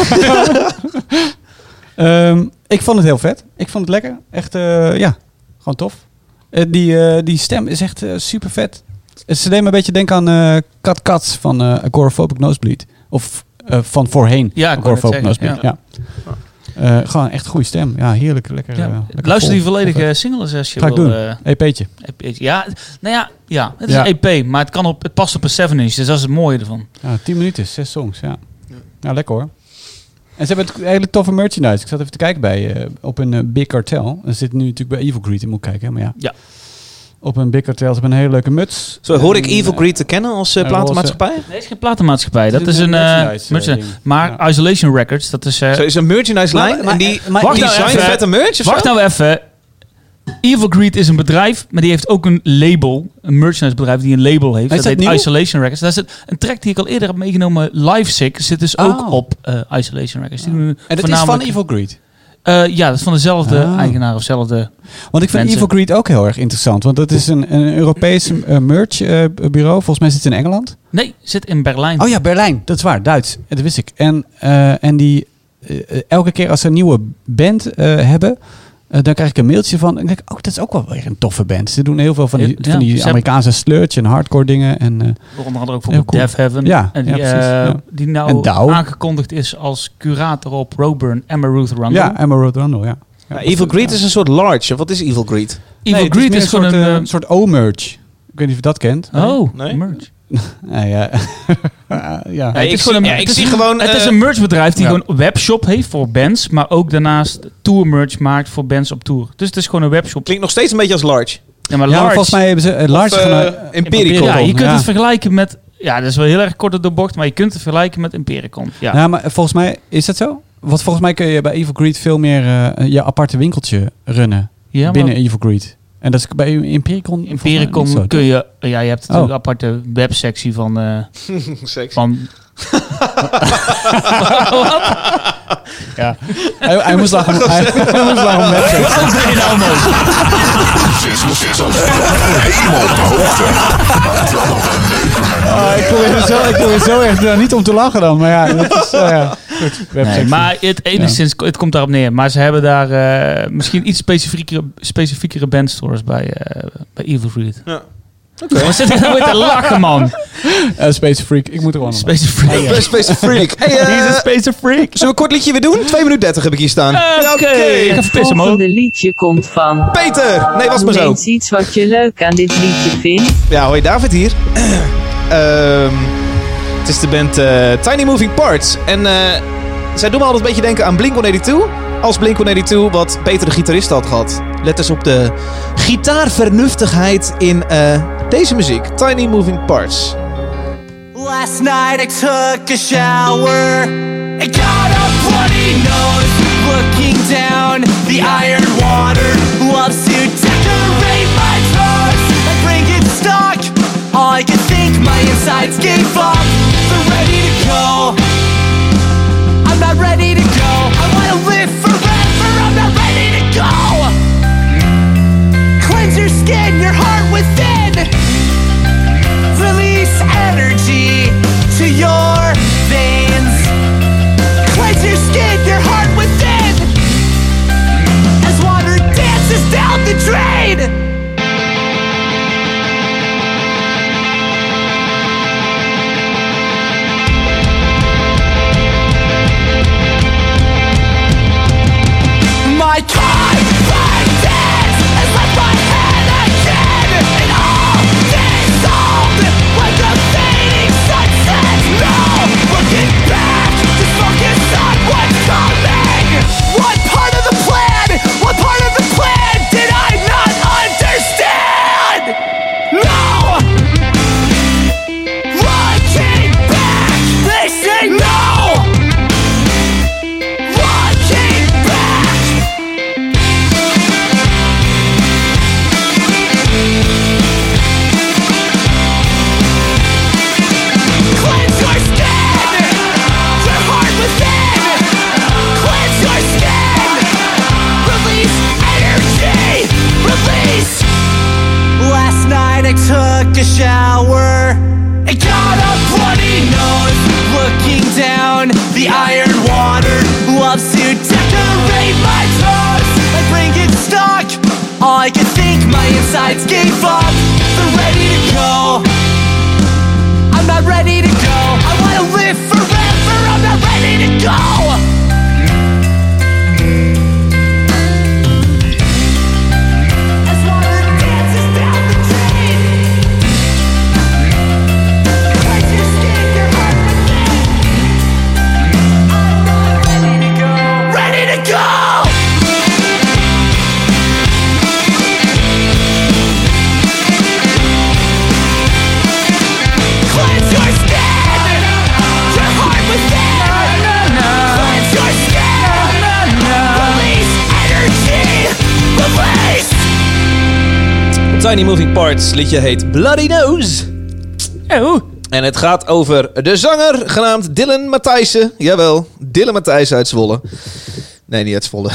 S4: Ik vond het heel vet. Ik vond het lekker. Echt, gewoon tof. Die stem is echt super vet. Ze deed me een beetje denken aan Kat Katz van Agoraphobic Nosebleed. Of van voorheen.
S1: Ja,
S4: Agoraphobic Nosebleed. Ja. Gewoon echt een goede stem. Ja, heerlijk. Lekker.
S1: Ja.
S4: Lekker
S1: Luister
S4: vol.
S1: die volledige singles als je
S4: Ga ik
S1: wil.
S4: doen. EP'tje.
S1: Ja, nou ja, het is een EP, maar het past op een 7-inch. Dus dat is het mooie ervan.
S4: Ja, 10 minuten, 6 songs. Ja, lekker hoor. En ze hebben een hele toffe merchandise. Ik zat even te kijken op een Big Cartel. Er zit nu natuurlijk bij Evil Greed, moet kijken. Maar ja. Op een Big Cartel. Ze hebben een hele leuke muts.
S2: Zo, hoor ik Evil Greed te kennen als platenmaatschappij?
S1: Nee, het is geen platenmaatschappij. Dat is een merchandise. Maar Isolation Records, dat is...
S2: Zo is een merchandise line en die design vette merch of
S1: Wacht nou even. Evil Greed is een bedrijf, maar die heeft ook een label. Een merchandise bedrijf die een label heeft. Dat heet Isolation Records. Daar zit een track die ik al eerder heb meegenomen. Live Sick zit dus ook op Isolation Records. Die doen
S4: en dat is van Evil Greed?
S1: Ja, dat is van dezelfde eigenaar of dezelfde.
S4: Want ik vind Evil Greed ook heel erg interessant. Want dat is een Europees merchbureau. Volgens mij zit het in Engeland.
S1: Nee, zit in Berlijn.
S4: Oh ja, Berlijn. Dat is waar. Duits. Dat wist ik. En die elke keer als ze een nieuwe band hebben... dan krijg ik een mailtje van. En denk ik, dat is ook wel weer een toffe band. Ze doen heel veel van die Amerikaanse sludge en hardcore dingen. En,
S1: onder andere ook voor Death Heaven.
S4: Ja,
S1: en die nou aangekondigd is als curator op Roburn, Emma Ruth Rundle.
S4: Ja, Emma Ruth Rundle, ja.
S2: Evil Greed is een soort large. Wat is Evil Greed?
S1: Evil Greed is gewoon
S4: een soort O-merch. Ik weet niet of je dat kent.
S1: Oh,
S2: nee.
S1: Merch.
S2: Het
S1: is een merchbedrijf die gewoon een webshop heeft voor bands, maar ook daarnaast tour merch maakt voor bands op tour. Dus het is gewoon een webshop.
S2: Klinkt nog steeds een beetje als large.
S1: Ja, maar large,
S4: volgens mij hebben ze large
S2: Empiricon.
S1: Ja, je kunt het vergelijken met. Ja, dat is wel heel erg kort op de bocht, maar je kunt het vergelijken met Empiricon.
S4: Ja, maar volgens mij is dat zo. Want volgens mij kun je bij Evil Greed veel meer je aparte winkeltje runnen binnen Evil Greed. En dat is bij Empiricon.
S1: Empiricon kun je... Ja, je hebt natuurlijk een aparte websectie van... van wat? Ja.
S4: Hij moest lachen om websectie.
S1: Wat ben je nou, Mo?
S4: Ik probeer zo echt niet om te lachen dan. Maar ja, dat is... goed.
S1: Nee, maar het komt daarop neer. Maar ze hebben daar misschien iets specifiekere bandstores bij Evil Greed. Ja. Okay. Wat zit je nou weer te lachen, man?
S4: Space Freak. Ik moet er gewoon
S2: Space Freak. Space Freak.
S1: Hey, is een Space Freak.
S2: Zullen we een kort liedje weer doen? 2 minuten 30 heb ik hier staan.
S1: Oké.
S5: Het volgende liedje komt van...
S2: Peter! Nee, was maar zo.
S5: Eens iets wat je leuk aan dit liedje vindt.
S2: Ja, hoi, David hier. Het is de band Tiny Moving Parts. En zij doen me altijd een beetje denken aan Blink-182. Als Blink-182 wat Peter de gitarist had gehad. Let eens op de gitaarvernuftigheid in deze muziek. Tiny Moving Parts.
S3: Last night I took a shower and got a bloody nose. Looking down the iron water loves to decorate my toes and bring it I can think, my insides gave up. They're ready to go. I'm not ready to go. I wanna live forever. I'm not ready to go. Cleanse your skin, your heart within. Release energy to your veins. Cleanse your skin, your heart within. As water dances down the drain. My confidence has left my head again, and all dissolved like a fading sunset. No looking back, just focus on what's coming. What part of the plan? What part of the plan did I not understand? No looking back. They say no looking back. Cleanse your skin, your heart within. Cleanse your skin, release energy, release. Last night I took a shower and got a bloody nose. Looking down, the iron water loves to decorate my toes. My brain gets stuck, all I can think, my insides gave up. They're ready to go. I'm not ready to go. I wanna live forever. I'm not ready to go. As water dances down the drain. Cleanse your skin, your heart within. I'm not ready to go. Ready to go. Cleanse your skin, your heart within. Cleanse your skin, release energy, release.
S2: Tiny Moving Parts, liedje heet Bloody Nose.
S1: Oh.
S2: En het gaat over de zanger genaamd Dylan Matthijssen. Jawel, Dylan Matthijssen uit Zwolle. Nee, niet uit Zwolle.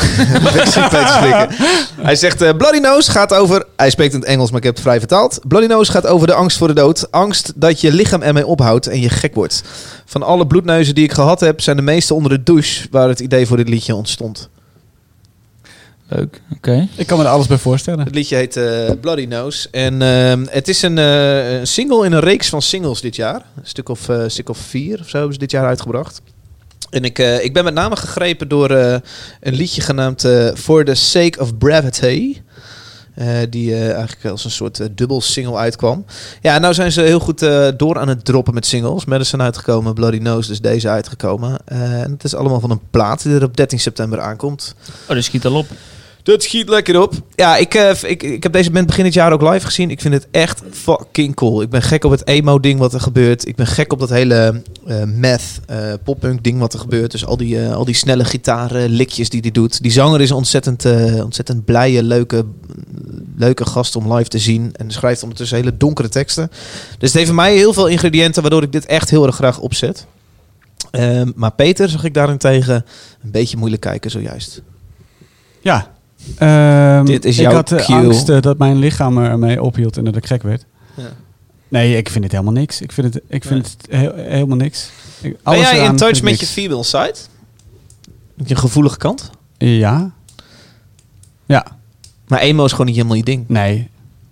S2: Hij zegt, Bloody Nose gaat over... Hij spreekt in het Engels, maar ik heb het vrij vertaald. Bloody Nose gaat over de angst voor de dood. Angst dat je lichaam ermee ophoudt en je gek wordt. Van alle bloedneuzen die ik gehad heb... zijn de meeste onder de douche waar het idee voor dit liedje ontstond.
S1: Leuk, oké.
S4: Ik kan me er alles bij voorstellen.
S2: Het liedje heet Bloody Nose. En het is een single in een reeks van singles dit jaar. Een stuk of 4 of zo hebben ze dit jaar uitgebracht. En ik ben met name gegrepen door een liedje genaamd For the Sake of Brevity. Die eigenlijk als een soort dubbel single uitkwam. Ja, en nou zijn ze heel goed door aan het droppen met singles. Madison uitgekomen, Bloody Nose, dus deze uitgekomen. En het is allemaal van een plaat die er op 13 september aankomt.
S1: Oh, dus schiet al op.
S2: Dat schiet lekker op. Ja, ik heb deze band begin dit jaar ook live gezien. Ik vind het echt fucking cool. Ik ben gek op het emo-ding wat er gebeurt. Ik ben gek op dat hele poppunk ding wat er gebeurt. Dus al die snelle gitarenlikjes die hij doet. Die zanger is een ontzettend blije, leuke gast om live te zien. En schrijft ondertussen hele donkere teksten. Dus het heeft voor mij heel veel ingrediënten waardoor ik dit echt heel erg graag opzet. Maar Peter zag ik daarentegen een beetje moeilijk kijken zojuist.
S4: Ja.
S2: Dit is
S4: ik
S2: jouw
S4: had de
S2: cue.
S4: angst dat mijn lichaam ermee ophield en dat ik gek werd.
S2: Ja.
S4: Nee, ik vind het helemaal niks. Ik vind het helemaal niks.
S2: Ben jij in touch met je female side? Met je gevoelige kant?
S4: Ja. Ja.
S2: Maar emo is gewoon niet helemaal je ding.
S4: Nee.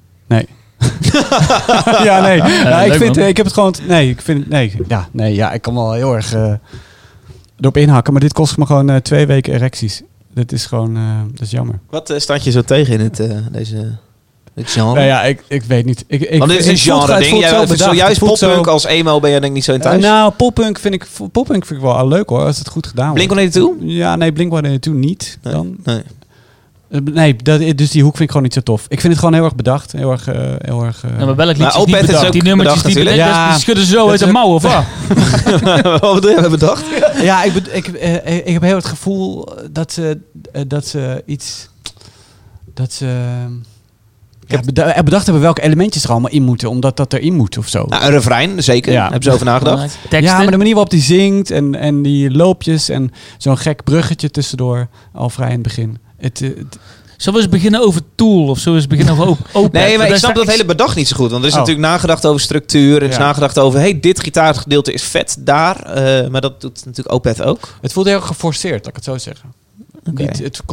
S4: Ja, nee. Ja, ik heb het gewoon... Nee, ik vind... Nee. Ja, nee. Ja, ik kan wel heel erg erop inhakken. Maar dit kost me gewoon 2 weken erecties. Dat is gewoon... dat is jammer.
S2: Wat staat je zo tegen in deze genre?
S4: Nou ja, ik weet niet.
S2: Want dit is een genre ding. Jij vindt zojuist poppunk als emo ben je denk ik niet zo in thuis?
S4: Nou, poppunk vind ik wel al leuk hoor. Als het goed gedaan wordt.
S2: Blink-182?
S4: Ja, nee, Blink-182 niet.
S2: Nee,
S4: Dan.
S2: nee.
S4: Nee, dus die hoek vind ik gewoon niet zo tof. Ik vind het gewoon heel erg bedacht. Heel erg...
S1: Ja, maar welk liedje is niet
S2: Opeth is
S1: bedacht?
S2: ook
S1: Die nummertjes
S2: bedacht
S1: die
S2: natuurlijk.
S1: bedacht,
S4: Ja,
S1: die schudden zo uit de
S4: is
S1: mouw of wat?
S2: Wat bedoel je, hebben bedacht?
S4: Ja, ik heb heel het gevoel dat ze iets... Dat ze... bedacht hebben welke elementjes er allemaal in moeten, omdat dat erin moet of zo.
S2: Nou, een refrein, zeker.
S4: Ja.
S2: Hebben ze over nagedacht.
S1: Teksten.
S4: Ja, maar de manier waarop die zingt en die loopjes en zo'n gek bruggetje tussendoor, al vrij in het begin.
S1: Zullen we eens beginnen over Tool of zullen we eens beginnen over Opeth?
S2: Nee, maar ik snap dat hele bedacht niet zo goed. Want er is natuurlijk nagedacht over structuur. En er is nagedacht over, dit gitaargedeelte is vet daar. Maar dat doet natuurlijk Opeth ook.
S4: Het voelt heel erg geforceerd, laat ik het zo zeggen.
S2: Okay.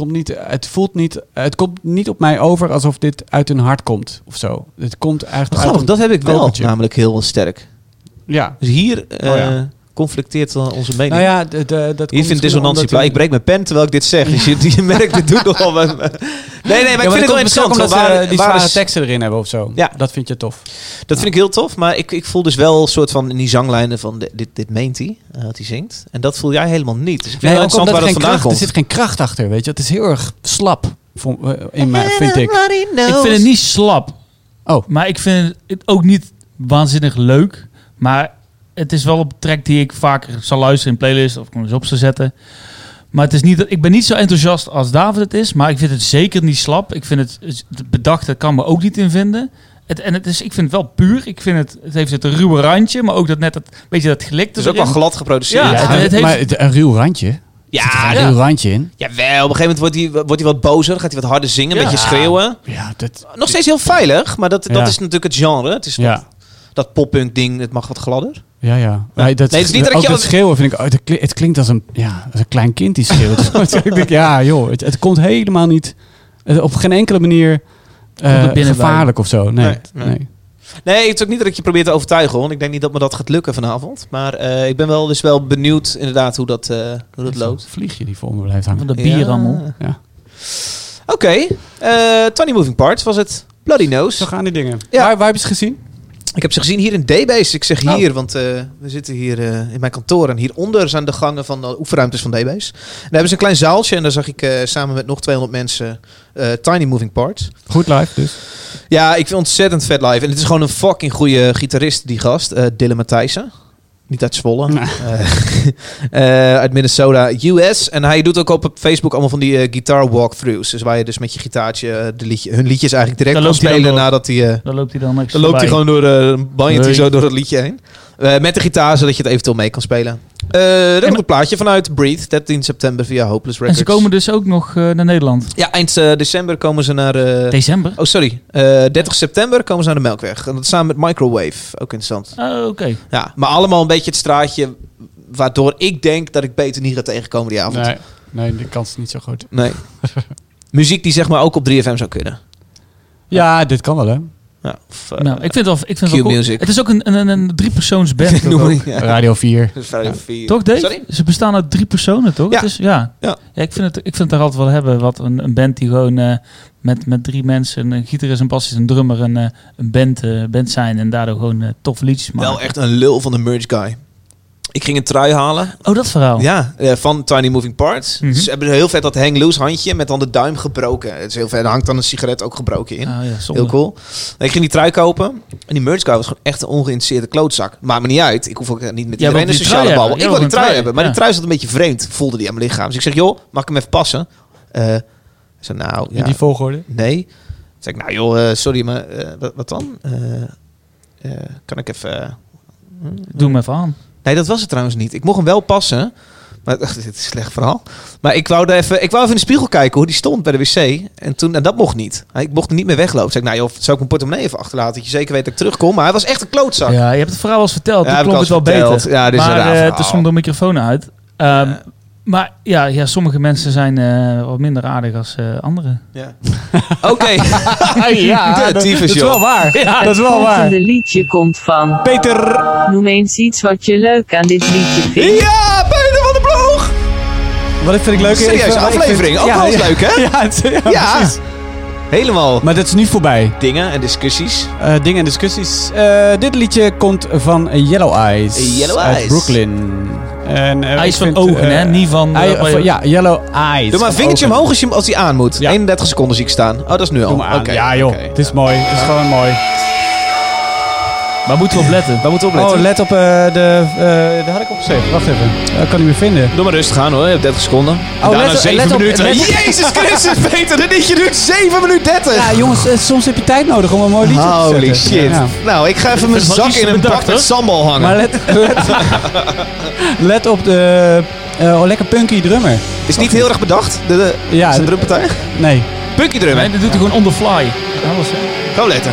S4: Het komt niet op mij over alsof dit uit hun hart komt of zo. Het komt eigenlijk
S2: Grappig, dat heb ik wel
S4: kokertje.
S2: namelijk heel sterk.
S4: Ja.
S2: Dus hier conflicteert onze mening.
S4: Nou ja, dat
S2: hier vindt dissonantie plaats. Ik breek mijn pen terwijl ik dit zeg. Dus je merkt, dit doet nogal met me. Nee, maar ik vind het wel interessant.
S4: Omdat ze die zware
S2: dus-
S4: teksten erin hebben of zo.
S2: Ja.
S4: Dat vind je tof.
S2: Dat vind ik heel tof. Maar ik voel dus wel een soort van in die zanglijnen van dit meent hij. Wat hij zingt. En dat voel jij helemaal niet. Dus ik vind het interessant waar dat vandaan komt.
S4: Er zit geen kracht achter, weet je. Het is heel erg slap, vind ik.
S1: Ik vind het niet slap.
S4: Oh.
S1: Maar ik vind het ook niet waanzinnig leuk. Maar het is wel een track die ik vaker zal luisteren in playlist of gewoon eens op zou zetten. Maar het is niet, ik ben niet zo enthousiast als David het is. Maar ik vind het zeker niet slap. Ik vind het bedacht, dat kan me ook niet in vinden. Ik vind het wel puur. Ik vind het heeft het een ruwe randje. Maar ook dat gelikte.
S2: Het is ook wel glad geproduceerd.
S1: Ja, het heeft...
S4: Maar een ruw randje.
S2: Ja,
S4: Zit er een ruw randje in.
S2: Jawel, op een gegeven moment wordt hij wat bozer. Dan gaat hij wat harder zingen, een beetje schreeuwen.
S4: Ja,
S2: Nog steeds heel veilig, maar dat is natuurlijk het genre. Het is dat poppunk ding, het mag wat gladder.
S4: Ja. Nee, het is niet dat ook het schreeuwen vind ik... Het klinkt als een klein kind die schreeuwt. Dus ik denk, ja joh, het komt helemaal niet... Op geen enkele manier gevaarlijk of zo. Nee.
S2: Nee, het is ook niet dat ik je probeer te overtuigen, hoor. Want ik denk niet dat me dat gaat lukken vanavond. Maar ik ben wel benieuwd inderdaad hoe dat loopt.
S4: Vliegje die voor me blijft hangen.
S1: Van de bierrammel.
S4: Ja.
S2: Oké. Tiny Moving Parts was het Bloody Nose.
S4: Zo gaan die dingen.
S2: Ja.
S4: Waar heb je ze gezien?
S2: Ik heb ze gezien hier in D-Base. Ik zeg hier, want we zitten hier in mijn kantoor. En hieronder zijn de gangen van de oefenruimtes van D-Base. En daar hebben ze een klein zaaltje. En daar zag ik samen met nog 200 mensen Tiny Moving Parts.
S4: Goed live dus.
S2: Ja, ik vind ontzettend vet live. En het is gewoon een fucking goede gitarist, die gast. Dylan Matthijssen. Niet uit Zwolle. Nee. Uit Minnesota, US. En hij doet ook op Facebook allemaal van die guitar walkthroughs. Dus waar je dus met je gitaartje hun liedjes eigenlijk direct kan spelen nadat hij...
S1: Dan loopt hij dan
S2: Dan loopt hij gewoon door een bandje zo door het liedje heen. Met de gitaar, zodat je het eventueel mee kan spelen. Er komt een plaatje vanuit Breathe, 13 september via Hopeless Records.
S1: En ze komen dus ook nog naar Nederland.
S2: Ja, eind december komen ze naar...
S1: December?
S2: Oh, sorry. 30 september komen ze naar de Melkweg. En dat samen met Microwave. Ook interessant.
S1: Oké.
S2: Ja, maar allemaal een beetje het straatje waardoor ik denk dat ik beter niet ga tegenkomen die avond.
S4: Nee, de kans is niet zo groot.
S2: Nee. Muziek die zeg maar ook op 3FM zou kunnen.
S4: Ja, dit kan wel hè.
S2: Ja,
S1: ik vind het wel cool.
S2: Music.
S1: Het is ook een 3-persoons band.
S2: Ja.
S4: Radio 4.
S1: Toch, Dave?
S2: Sorry?
S1: Ze bestaan uit 3 personen, toch?
S2: Ja.
S1: Het is, ja, ik vind het er altijd wel hebben. Wat een band die gewoon met 3 mensen, een gitarist, een bassist, een drummer, een band zijn. En daardoor gewoon toffe liedjes maken.
S2: Wel echt een lul van de merch guy. Ik ging een trui halen.
S1: Oh, dat verhaal.
S2: Ja, van Tiny Moving Parts.
S1: Mhm.
S2: Ze hebben heel vet dat hang loose handje met dan de duim gebroken. Het is heel vet. Er hangt dan een sigaret ook gebroken in.
S1: Ah, ja, zonde.
S2: Heel cool. Ik ging die trui kopen. En die merch guy was gewoon echt een ongeïnteresseerde klootzak. Maakt me niet uit. Ik hoef ook niet met iedereen een sociale babbel. Ik wil die trui hebben. Maar die trui zat een beetje vreemd. Voelde die aan mijn lichaam. Dus ik zeg, joh, mag ik hem even passen? Ik zei, nou...
S4: In die volgorde?
S2: Nee. Toen zei ik, nou joh, sorry, maar wat dan? Kan ik even...
S1: Doe hem even aan.
S2: Nee, dat was het trouwens niet. Ik mocht hem wel passen. Maar dit is een slecht verhaal. Maar ik wou even in de spiegel kijken hoe die stond bij de wc. En dat mocht niet. Ik mocht er niet meer weglopen. Zei ik, nou joh, zou ik mijn portemonnee even achterlaten? Dat je zeker weet dat ik terugkom. Maar hij was echt een klootzak.
S1: Ja, je hebt het verhaal al eens verteld.
S2: Ja,
S1: Toen klonk het wel beter.
S2: Ja, dit is een raar
S1: maar
S2: verhaal.
S1: er stond de microfoon uit. Maar ja, sommige mensen zijn wat minder aardig als anderen.
S2: Ja. Oké.
S4: Ja, dat is wel waar. Ja, dat is wel
S5: Het
S4: waar.
S5: volgende liedje komt van...
S4: Peter.
S5: Noem eens iets wat je leuk aan dit liedje vindt.
S2: Ja, Peter van der Ploeg!
S4: Wat vind ik leuk?
S2: Serieuze aflevering. Ook wel eens leuk, hè?
S4: Ja, precies.
S2: Helemaal.
S4: Maar dat is nu voorbij.
S2: Dingen en discussies.
S4: Dingen en discussies. Dit liedje komt van Yellow Eyes.
S2: Yellow
S4: uit
S2: Eyes.
S4: Brooklyn. En,
S1: Eyes van ogen, hè? Niet van...
S4: ja, Yellow Eyes.
S2: Doe maar een vingertje omhoog als hij aan moet.
S4: Ja.
S2: 31 seconden zie ik staan. Oh, dat is nu al.
S4: Doe maar aan.
S2: Oké.
S4: Ja joh,
S2: Oké.
S4: het is mooi. Het is gewoon mooi.
S1: Waar moeten we op letten?
S2: Waar moeten we op letten?
S4: Oh, let op daar had ik opgeschreven. Wacht even. Ik kan niet meer vinden.
S2: Doe maar rustig aan hoor, je hebt 30 seconden.
S4: Oh,
S2: Daarna
S4: let
S2: 7
S4: op-
S2: minuten.
S4: let op-
S2: Jezus Christus, Peter, dit liedje duurt 7 minuten 30.
S4: Ja, jongens, soms heb je tijd nodig om een mooi liedje te zetten.
S2: Holy shit.
S4: Ja.
S2: Nou, ik ga even mijn
S1: Dat is wel
S2: zak
S1: iets
S2: in een
S1: bedacht,
S2: bak met
S1: hoor.
S2: sambal hangen.
S4: Maar let op de lekker punky drummer.
S2: Is niet heel erg bedacht,
S4: Ja,
S2: zijn drumpartij?
S4: Nee.
S2: Punky drummer.
S1: Nee, dat doet hij gewoon on the fly. Alles, hè?
S2: Gewoon letten.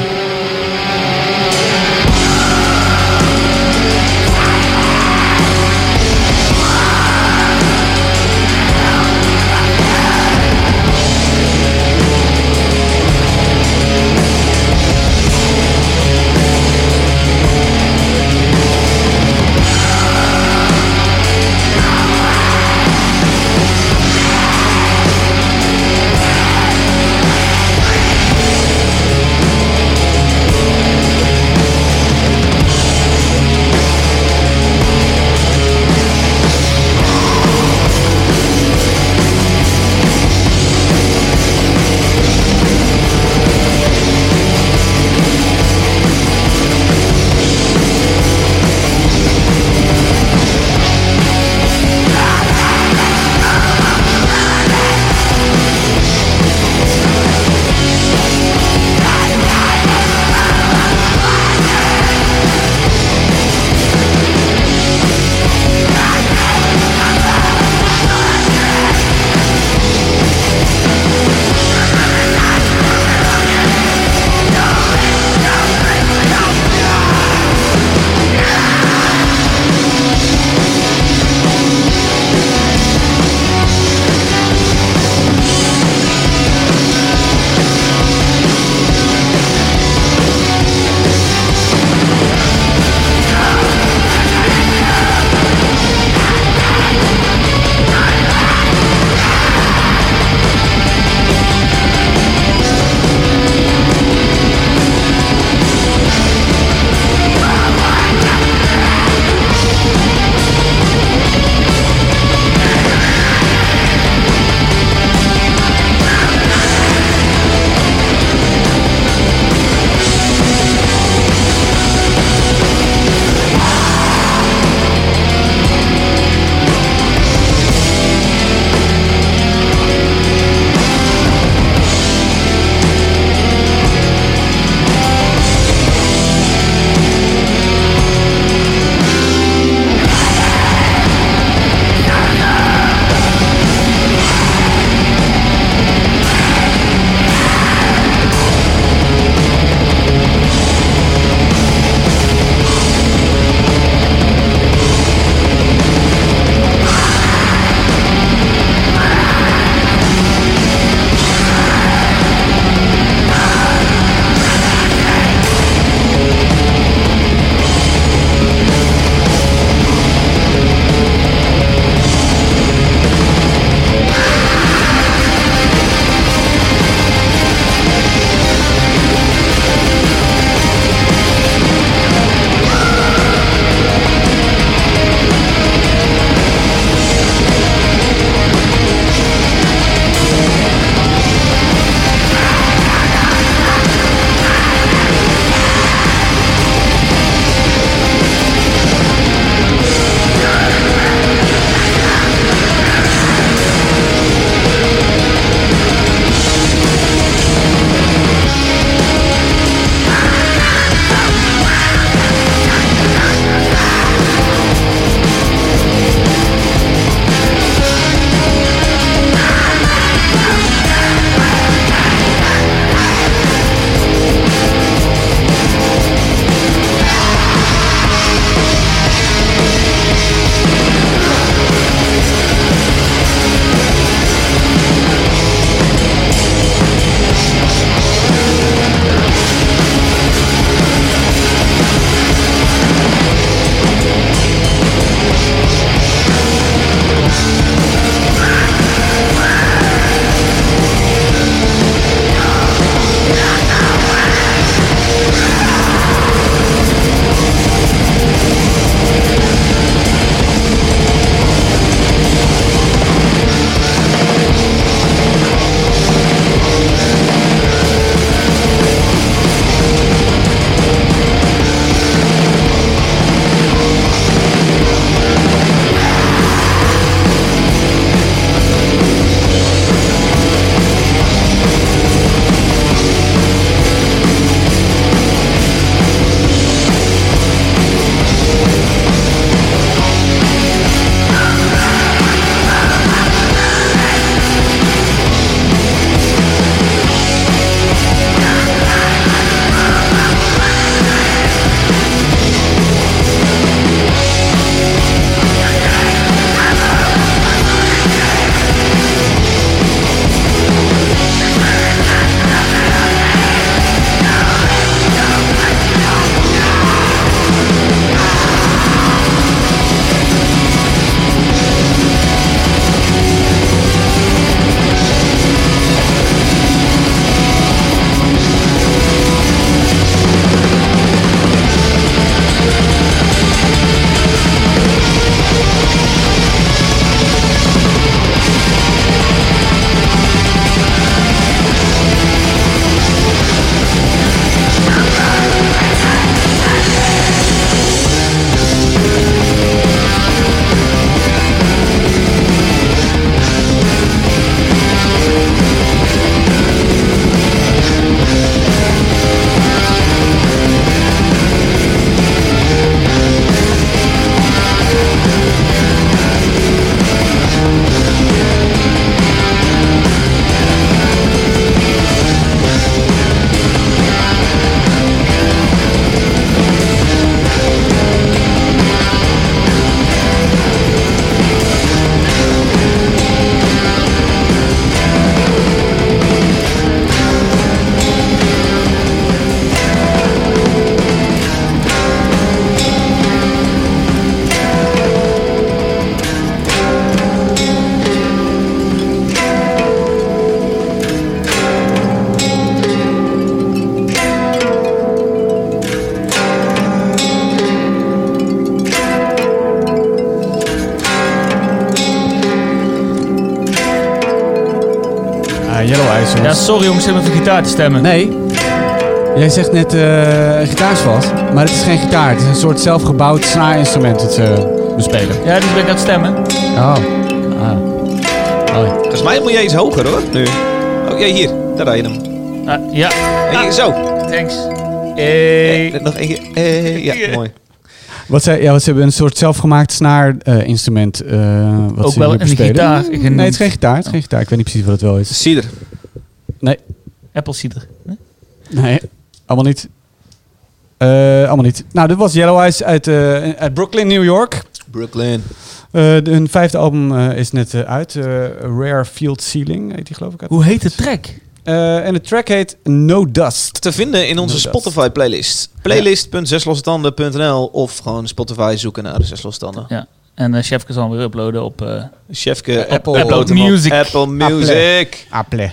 S4: Ja, Yellow Eyes.
S1: Ja, sorry jongens, ik heb even gitaar te stemmen.
S4: Nee. Jij zegt net gitaarsvast, maar het is geen gitaar. Het is een soort zelfgebouwd snaarinstrument dat ze bespelen.
S1: Ja, dus ben ik aan het stemmen.
S4: Oh.
S2: Volgens mij moet jij iets hoger hoor, nu. Oh ja, hier. Daar rij je hem.
S1: Ja,
S2: En hier, zo.
S1: thanks.
S2: Nog één keer. Ja, mooi.
S4: Wat ze hebben een soort zelfgemaakt snaarinstrument. Wat
S1: Ook
S4: ze
S1: wel
S4: hier
S1: een
S4: bespelen.
S1: gitaar.
S4: Nee, het is geen gitaar. Het is geen gitaar. Ik weet niet precies wat het wel is.
S2: Cider.
S4: Nee.
S1: Apple cider.
S4: Nee, allemaal niet. Allemaal niet. Nou, dit was Yellow Eyes uit Brooklyn, New York.
S2: Brooklyn.
S4: Hun 5e album is net uit. Rare Field Ceiling heet die, geloof ik.
S1: Hoe heet de track?
S4: En de track heet No Dust.
S2: Te vinden in onze
S4: No
S2: Spotify playlist. Playlist.zeslossetanden.nl of gewoon Spotify zoeken naar de 6 losse tanden.
S1: Ja. En Chefke zal hem weer uploaden op...
S2: Chefke,
S4: Apple
S2: upload hem op
S1: Music.
S2: Apple Music.
S4: Apple.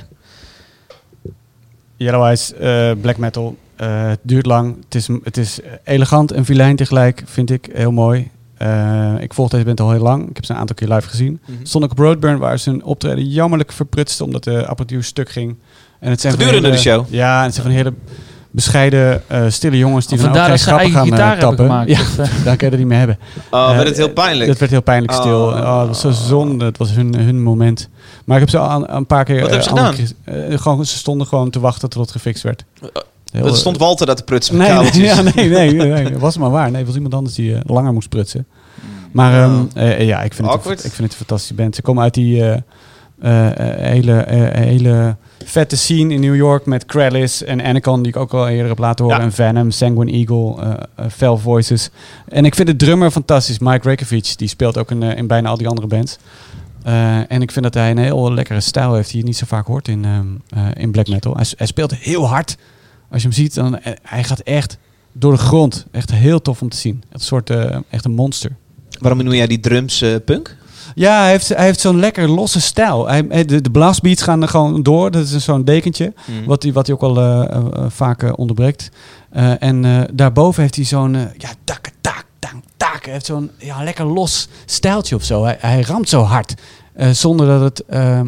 S4: Yellow Eyes, black metal. Het duurt lang. Het is elegant en vilijn tegelijk, vind ik. Heel mooi. Ik volg deze band al heel lang. Ik heb ze een aantal keer live gezien. Stond ook op Roadburn, waar ze hun optreden jammerlijk verprutsten, omdat de apparatuur stuk ging. En het zijn
S2: Gedurende de show?
S4: Ja, en het zijn van hele bescheiden, stille jongens die dan ook
S1: Vandaar
S4: geen
S1: dat ze
S4: grappen
S1: eigen
S4: gaan
S1: gitaar hebben
S4: tappen.
S1: gemaakt.
S4: Ja, daar kan je er niet meer hebben.
S2: Oh, werd het heel pijnlijk?
S4: Dat werd heel pijnlijk stil. Dat was zo zonde. Het was hun moment. Maar ik heb ze al een paar keer...
S2: Wat hebben ze gedaan?
S4: Ze stonden gewoon te wachten tot het gefixt werd.
S2: Er stond Walter daar te prutsen met kabeltjes.
S4: Nee. Dat was maar waar. Nee, het was iemand anders die langer moest prutsen. Maar ik vind het een fantastische band. Ze komen uit die hele vette scene in New York met Krallice en Anacon, die ik ook al eerder heb laten horen. Ja. En Venom, Sanguine Eagle, Fell Voices. En ik vind de drummer fantastisch. Mike Rekovic, die speelt ook in bijna al die andere bands. En ik vind dat hij een heel lekkere stijl heeft die je niet zo vaak hoort in black metal. Hij speelt heel hard. Als je hem ziet, dan hij gaat echt door de grond. Echt heel tof om te zien. Het soort echt een monster.
S2: Waarom noem jij die drums punk?
S4: Ja, hij heeft zo'n lekker losse stijl. De blastbeats gaan er gewoon door. Dat is zo'n dekentje, wat hij ook al vaak onderbreekt. En daarboven heeft hij zo'n tak. Hij heeft zo'n lekker los stijltje of zo. Hij ramt zo hard. Zonder dat het...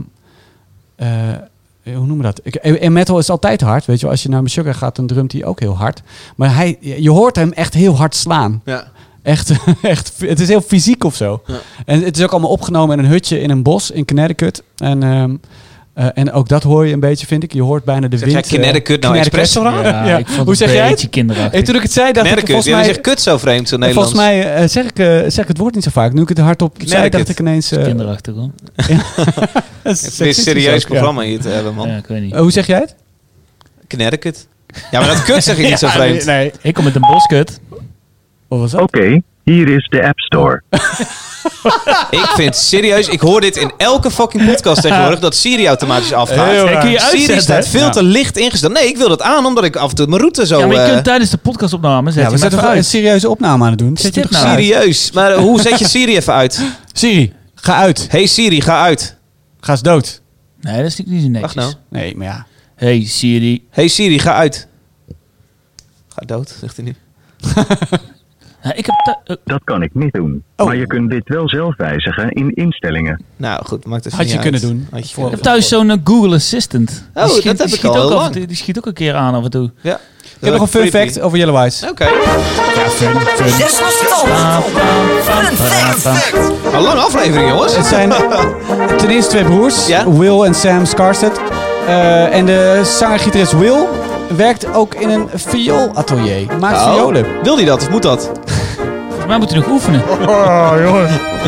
S4: hoe noemen we dat? In metal is het altijd hard. Weet je, als je naar Meshuggah gaat, dan drumt hij ook heel hard. Maar je hoort hem echt heel hard slaan.
S2: Ja.
S4: Echt, het is heel fysiek of zo. Ja. En het is ook allemaal opgenomen in een hutje in een bos in Connecticut. En ook dat hoor je een beetje, vind ik. Je hoort bijna de wind.
S2: Zeg jij Connecticut nou expres?
S1: Ja, ik vond
S4: hoe zeg jij
S1: het? Kinderachtig.
S4: Toen ik het zei, dacht ik volgens mij...
S2: Je zegt kut zo vreemd, zo Nederlands.
S4: Volgens mij zeg ik het woord niet zo vaak. Nu ik het hardop zei, dacht ik ineens...
S1: kinderachtig hoor.
S2: Het is een serieus programma hier te hebben, man.
S1: Ja, ik weet niet.
S4: Hoe zeg jij het?
S2: Connecticut. Ja, maar dat kut zeg je niet zo vreemd.
S4: Nee.
S1: Ik kom met een boskut.
S4: Wat was dat?
S7: Oké, hier is de App Store.
S2: Ik vind serieus, ik hoor dit in elke fucking podcast tegenwoordig, dat Siri automatisch afgaat.
S1: Kun je
S2: Siri
S1: uitzetten?
S2: staat veel te licht ingesteld. Nee, ik wil dat aan, omdat ik af en toe mijn route zo...
S1: Ja, maar je kunt tijdens de podcastopname zetten.
S4: Ja, we zijn toch een serieuze opname aan het doen? Zet je
S1: dit
S4: toch
S1: nou?
S2: serieus. Maar hoe zet je Siri even uit?
S4: Siri, ga uit.
S2: Hey Siri, ga uit.
S4: Ga eens dood.
S1: Nee, dat is niet zo netjes.
S2: Wacht nou.
S4: Nee, maar ja.
S1: Hey Siri.
S2: Hey Siri, ga uit. Ga dood, zegt hij nu.
S1: Ja, ik heb
S7: Dat kan ik niet doen.
S4: Oh.
S7: Maar je kunt dit wel zelf wijzigen in instellingen.
S2: Nou goed, maakt het
S4: Had je
S2: niet
S4: kunnen
S2: uit.
S4: doen.
S2: Had je
S1: Ik
S2: kunnen
S1: heb
S2: doen.
S1: thuis zo'n Google Assistant.
S2: Oh, dat heb ik al heel lang.
S1: Die schiet ook een keer aan af en toe.
S2: Ja.
S4: Ik heb nog een fun fact over Yellow Eyes.
S2: Oké.
S4: Ja, fun.
S3: Zes losse tanden. Fun fact.
S2: Een lange aflevering, jongens.
S4: Het zijn ten eerste 2 broers.
S2: Ja?
S4: Will en Sam Scarstedt. En de zanger-gitarist Will werkt ook in een violatelier. Maakt violen.
S2: Wil hij dat of moet dat?
S1: Volgens mij moet hij nog oefenen.
S4: Oh, jongen.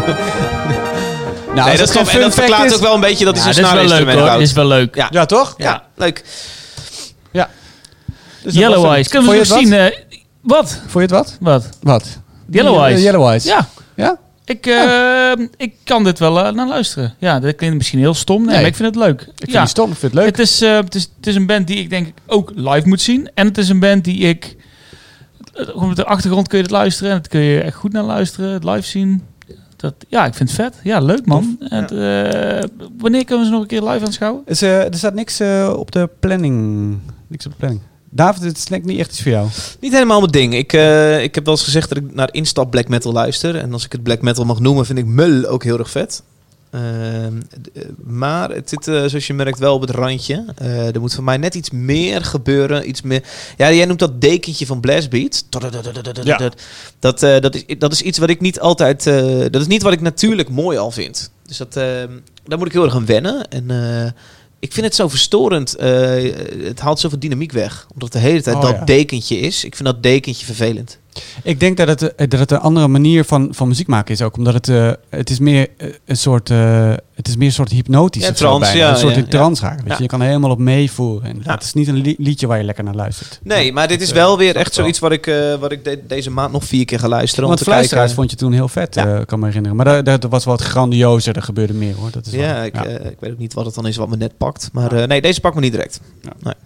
S4: Nou,
S2: Nee, dat klopt. En dat verklaart ook wel een beetje dat hij
S1: Ja,
S2: zo'n
S1: dit is wel leuk
S2: snaarinstrument
S1: hoor. Dit
S2: houdt.
S1: is wel leuk.
S2: Ja.
S4: Ja, toch?
S2: Ja, leuk.
S4: Ja. Dus dat
S1: Yellow
S4: was
S1: Eyes.
S4: het.
S1: Kunnen we
S4: Vond
S1: nog
S4: je het
S1: zien? Wat?
S4: Vond je het wat?
S1: Wat?
S4: Wat?
S1: Yellow Eyes.
S4: Yellow Eyes.
S1: Ja.
S4: Ja?
S1: Ik kan dit wel naar luisteren. Ja, dat klinkt misschien heel stom. Nee, maar ik vind het leuk.
S4: Ik vind die stom. Ik vind het leuk.
S1: Het is een band die ik denk ik ook live moet zien. En het is een band die ik... Gewoon op de achtergrond kun je het luisteren. En dat kun je echt goed naar luisteren. Het live zien. Ja, ik vind het vet. Ja, leuk man. En, wanneer kunnen we ze nog een keer live aanschouwen?
S4: Er staat niks op de planning. Niks op de planning. David, het is denk ik niet echt iets voor jou.
S2: Niet helemaal mijn ding. Ik heb wel eens gezegd dat ik naar instap black metal luister. En als ik het black metal mag noemen, vind ik Mul ook heel erg vet. Maar het zit, zoals je merkt, wel op het randje. Er moet voor mij net iets meer gebeuren. Iets meer. Ja, jij noemt dat dekentje van Blastbeat.
S4: Ja.
S2: Dat is iets wat ik niet altijd... dat is niet wat ik natuurlijk mooi al vind. Dus daar moet ik heel erg aan wennen. En ik vind het zo verstorend. Het haalt zoveel dynamiek weg. Omdat het de hele tijd dekentje is. Ik vind dat dekentje vervelend.
S4: Ik denk dat het een andere manier van muziek maken is ook. Omdat het is meer een soort... het is meer een soort hypnotisch.
S2: Ja,
S4: of zo
S2: trance,
S4: bijna.
S2: ja,
S4: een soort
S2: ja,
S4: trance raken.
S2: ja.
S4: Je kan er helemaal op meevoeren. En
S2: Ja.
S4: Het is niet een liedje waar je lekker naar luistert.
S2: Nee, maar dit is wel weer echt zoiets wat ik deze maand nog 4 keer ga luisteren.
S4: Want
S2: om
S4: de
S2: te
S4: Fluisteraars
S2: kijken.
S4: vond je toen heel vet,
S2: Ja.
S4: kan me herinneren. Maar dat was wat grandiozer. Er gebeurde meer, hoor. Dat is
S2: Ja,
S4: wel,
S2: ik weet ook niet wat het dan is wat me net pakt. Maar nee, deze pakt me niet direct.
S4: Ja.
S2: Nee.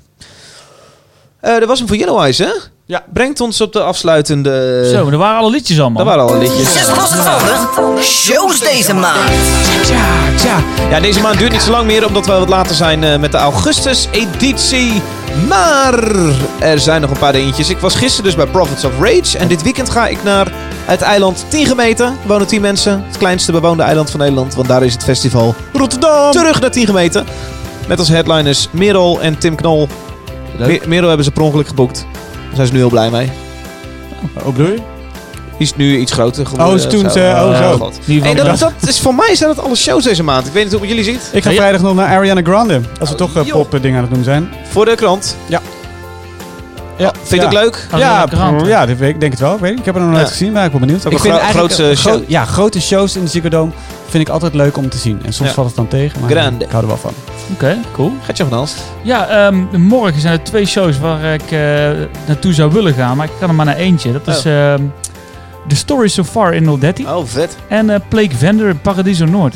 S2: Dat was hem voor Yellow Eyes, hè?
S4: Ja.
S2: Brengt ons op de afsluitende...
S1: Zo, er waren alle liedjes allemaal.
S2: Dat waren al liedjes.
S3: 6 losse tanden. Shows deze maand.
S2: Tja. Ja, deze maand duurt niet zo lang meer, omdat we wat later zijn met de augustus-editie. Maar er zijn nog een paar dingetjes. Ik was gisteren dus bij Prophets of Rage. En dit weekend ga ik naar het eiland 10 gemeten. Er wonen 10 mensen. Het kleinste bewoonde eiland van Nederland. Want daar is het festival Rotterdam. Terug naar 10 gemeten. Met als headliners Merel en Tim Knol. Merel hebben ze per ongeluk geboekt. Daar zijn ze nu heel blij mee.
S4: Ook bedoel je?
S2: Die is nu iets groter geworden.
S4: Oh, is toen ze- zo.
S2: God.
S1: Die van-
S2: Hey, dat is, voor mij zijn dat alle shows deze maand. Ik weet niet hoe het jullie ziet.
S4: Ik ga
S1: Ja, ja.
S4: vrijdag nog naar Ariana Grande. Als we toch
S2: joh.
S4: pop dingen aan het doen zijn.
S2: Voor de krant.
S4: Ja.
S2: Vind je het ook leuk?
S1: Ariana Grande.
S4: Ja, dat weet ik denk het wel. Weet ik. Ik heb er nog nooit
S2: Ja.
S4: gezien, maar ik ben benieuwd.
S2: Ook een
S4: eigenlijk
S2: grootste show.
S4: grote shows in de Ziggo Dome vind ik altijd leuk om te zien. En soms
S2: Ja.
S4: valt het dan tegen, maar
S2: Grande.
S4: ik hou er wel van.
S1: Oké, cool.
S2: Gaat je van Alst?
S1: Ja, morgen zijn er 2 shows waar ik naartoe zou willen gaan. Maar ik kan er maar naar eentje. Dat is The Story So Far in 013.
S2: Oh, vet.
S1: En Plague Vendor in Paradiso Noord.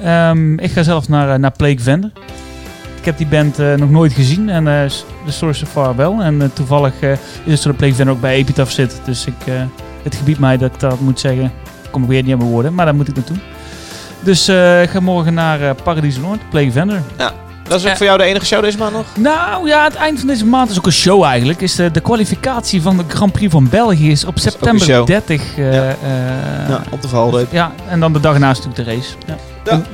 S1: Ik ga zelf naar Plague Vendor. Ik heb die band nog nooit gezien. En The Story So Far wel. En toevallig is het zo dat Plague Vendor ook bij Epitaph zit. Dus het gebiedt mij dat ik dat moet zeggen. Kom ik weer niet aan mijn woorden. Maar daar moet ik naartoe. Dus ik ga morgen naar Paradiso Noord. Plague Vendor.
S2: Dat is ook voor jou de enige show deze maand nog?
S1: Nou ja, het eind van deze maand is ook een show eigenlijk. Is de kwalificatie van de Grand Prix van België is op
S2: ook een
S1: september
S2: show.
S1: 30.
S2: Ja, op de valreep.
S1: Ja, en dan de dag ernaast natuurlijk de race. Ja.
S2: Ja.
S4: En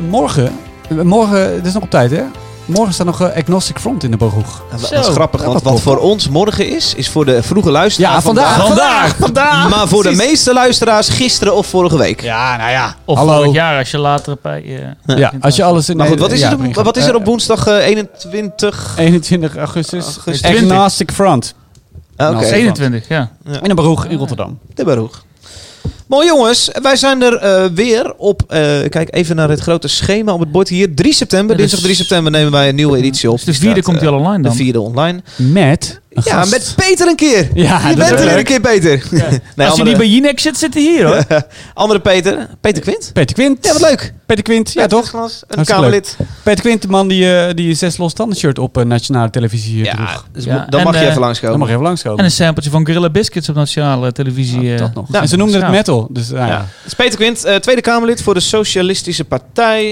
S4: morgen, dit is nog op tijd hè? Morgen staat nog Agnostic Front in de Boog.
S2: Dat is
S1: Zo.
S2: grappig,
S4: Ja,
S2: want
S4: wat
S2: wat voor ons morgen is voor de vroege luisteraar
S4: Ja, vandaag.
S2: Maar voor de meeste luisteraars gisteren of vorige week.
S4: Ja, nou ja.
S1: Of
S4: Hallo.
S1: vorig jaar als je later bij...
S4: Ja, als je alles in...
S2: Maar goed, wat is,
S4: ja,
S2: wat is er op woensdag 21?
S4: 21 augustus.
S2: Augustus.
S4: Agnostic Front.
S2: Oké,
S1: 21, ja.
S4: In de Boog in Rotterdam.
S2: de Baruch. Mooi jongens, wij zijn er weer op. Kijk even naar het grote schema op het bord hier. 3 september,
S1: Ja, dus-
S2: dinsdag 3 september nemen wij een nieuwe editie op.
S1: Dus de
S2: Die
S1: 4e
S2: staat,
S1: komt hij al online dan.
S2: De 4e online.
S4: Met een
S2: Ja,
S4: gast.
S2: met Peter een keer.
S4: Ja,
S2: Je
S4: dat
S2: bent
S4: is
S2: er weer
S4: leuk.
S2: een keer, Peter. Nee,
S1: als je niet bij Jinek zit, zit hij hier hoor.
S2: andere Peter. Peter Quint.
S4: Peter Quint.
S2: Ja, wat leuk.
S4: Peter Quint, ja toch?
S2: Een
S4: Hartstikke
S2: Kamerlid.
S4: Peter Quint, de man die 6 losse tanden shirt op nationale televisie
S2: Ja,
S4: droeg.
S2: dus
S1: Ja,
S2: dan
S1: en,
S2: mag je even
S4: Dan
S2: langskomen.
S4: mag je even langskomen.
S1: En een sampletje van Gorilla Biscuits op nationale televisie.
S4: dat nog.
S2: Ja.
S4: En ze noemden het
S1: Ja.
S4: metal. Dus ja.
S2: Ja. Dus Peter Quint, Tweede Kamerlid voor de Socialistische Partij.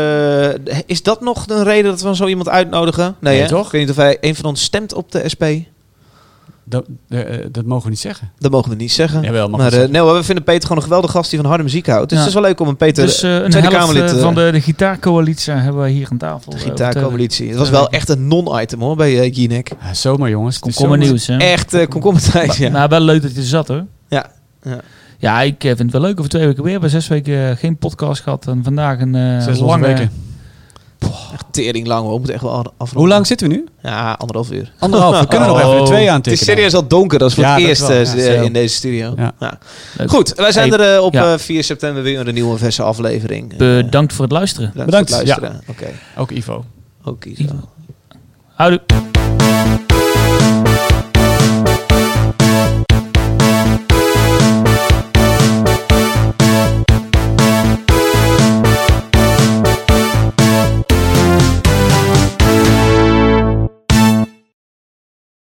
S2: Is dat nog een reden dat we zo iemand uitnodigen?
S4: Nee,
S2: hè?
S4: toch?
S2: Ik weet niet of hij een van ons stemt op de SP.
S4: Dat mogen we niet zeggen.
S2: Dat mogen we niet zeggen.
S4: Jawel, mag
S2: Maar
S4: wel zeggen.
S2: nee, we vinden Peter gewoon een geweldige gast die van harde muziek houdt. Dus
S1: Ja.
S2: het is wel leuk om een Peter,
S1: Dus een
S2: Tweede
S1: helft
S2: Kamerlid...
S1: van de gitaarcoalitie hebben we hier aan tafel.
S2: gitaarcoalitie. Het was wel echt een non-item hoor, bij Jinek.
S4: Ja, zomaar jongens. Het is
S1: Komkommernieuws hè.
S2: Echt komkommertijd, ja.
S1: Maar wel leuk dat je er zat hoor.
S2: Ja.
S1: Ja, ik vind het wel leuk. Over 2 weken weer. Bij 6 weken geen podcast gehad. En vandaag een
S4: 6 losse
S1: lange...
S4: weken.
S2: Echt tering lang hoor. We moeten echt wel afronden.
S4: Hoe lang zitten we nu?
S2: Ja, 1,5 uur.
S4: Anderhalf. We kunnen nog even 2 aantikken.
S2: Het is serieus al donker. Dat is voor
S4: Ja,
S2: het
S4: dat
S2: eerst
S4: wel. Ja, zo.
S2: in deze studio.
S4: Ja.
S2: Ja.
S1: Leuk.
S2: Goed, wij zijn
S1: Hey,
S2: er op
S1: ja.
S2: 4 september weer met een nieuwe verse aflevering.
S1: Bedankt voor het luisteren.
S2: Bedankt voor het
S4: Bedankt,
S2: luisteren. Oké.
S4: Ook Ivo.
S2: Ook
S1: Houdoe.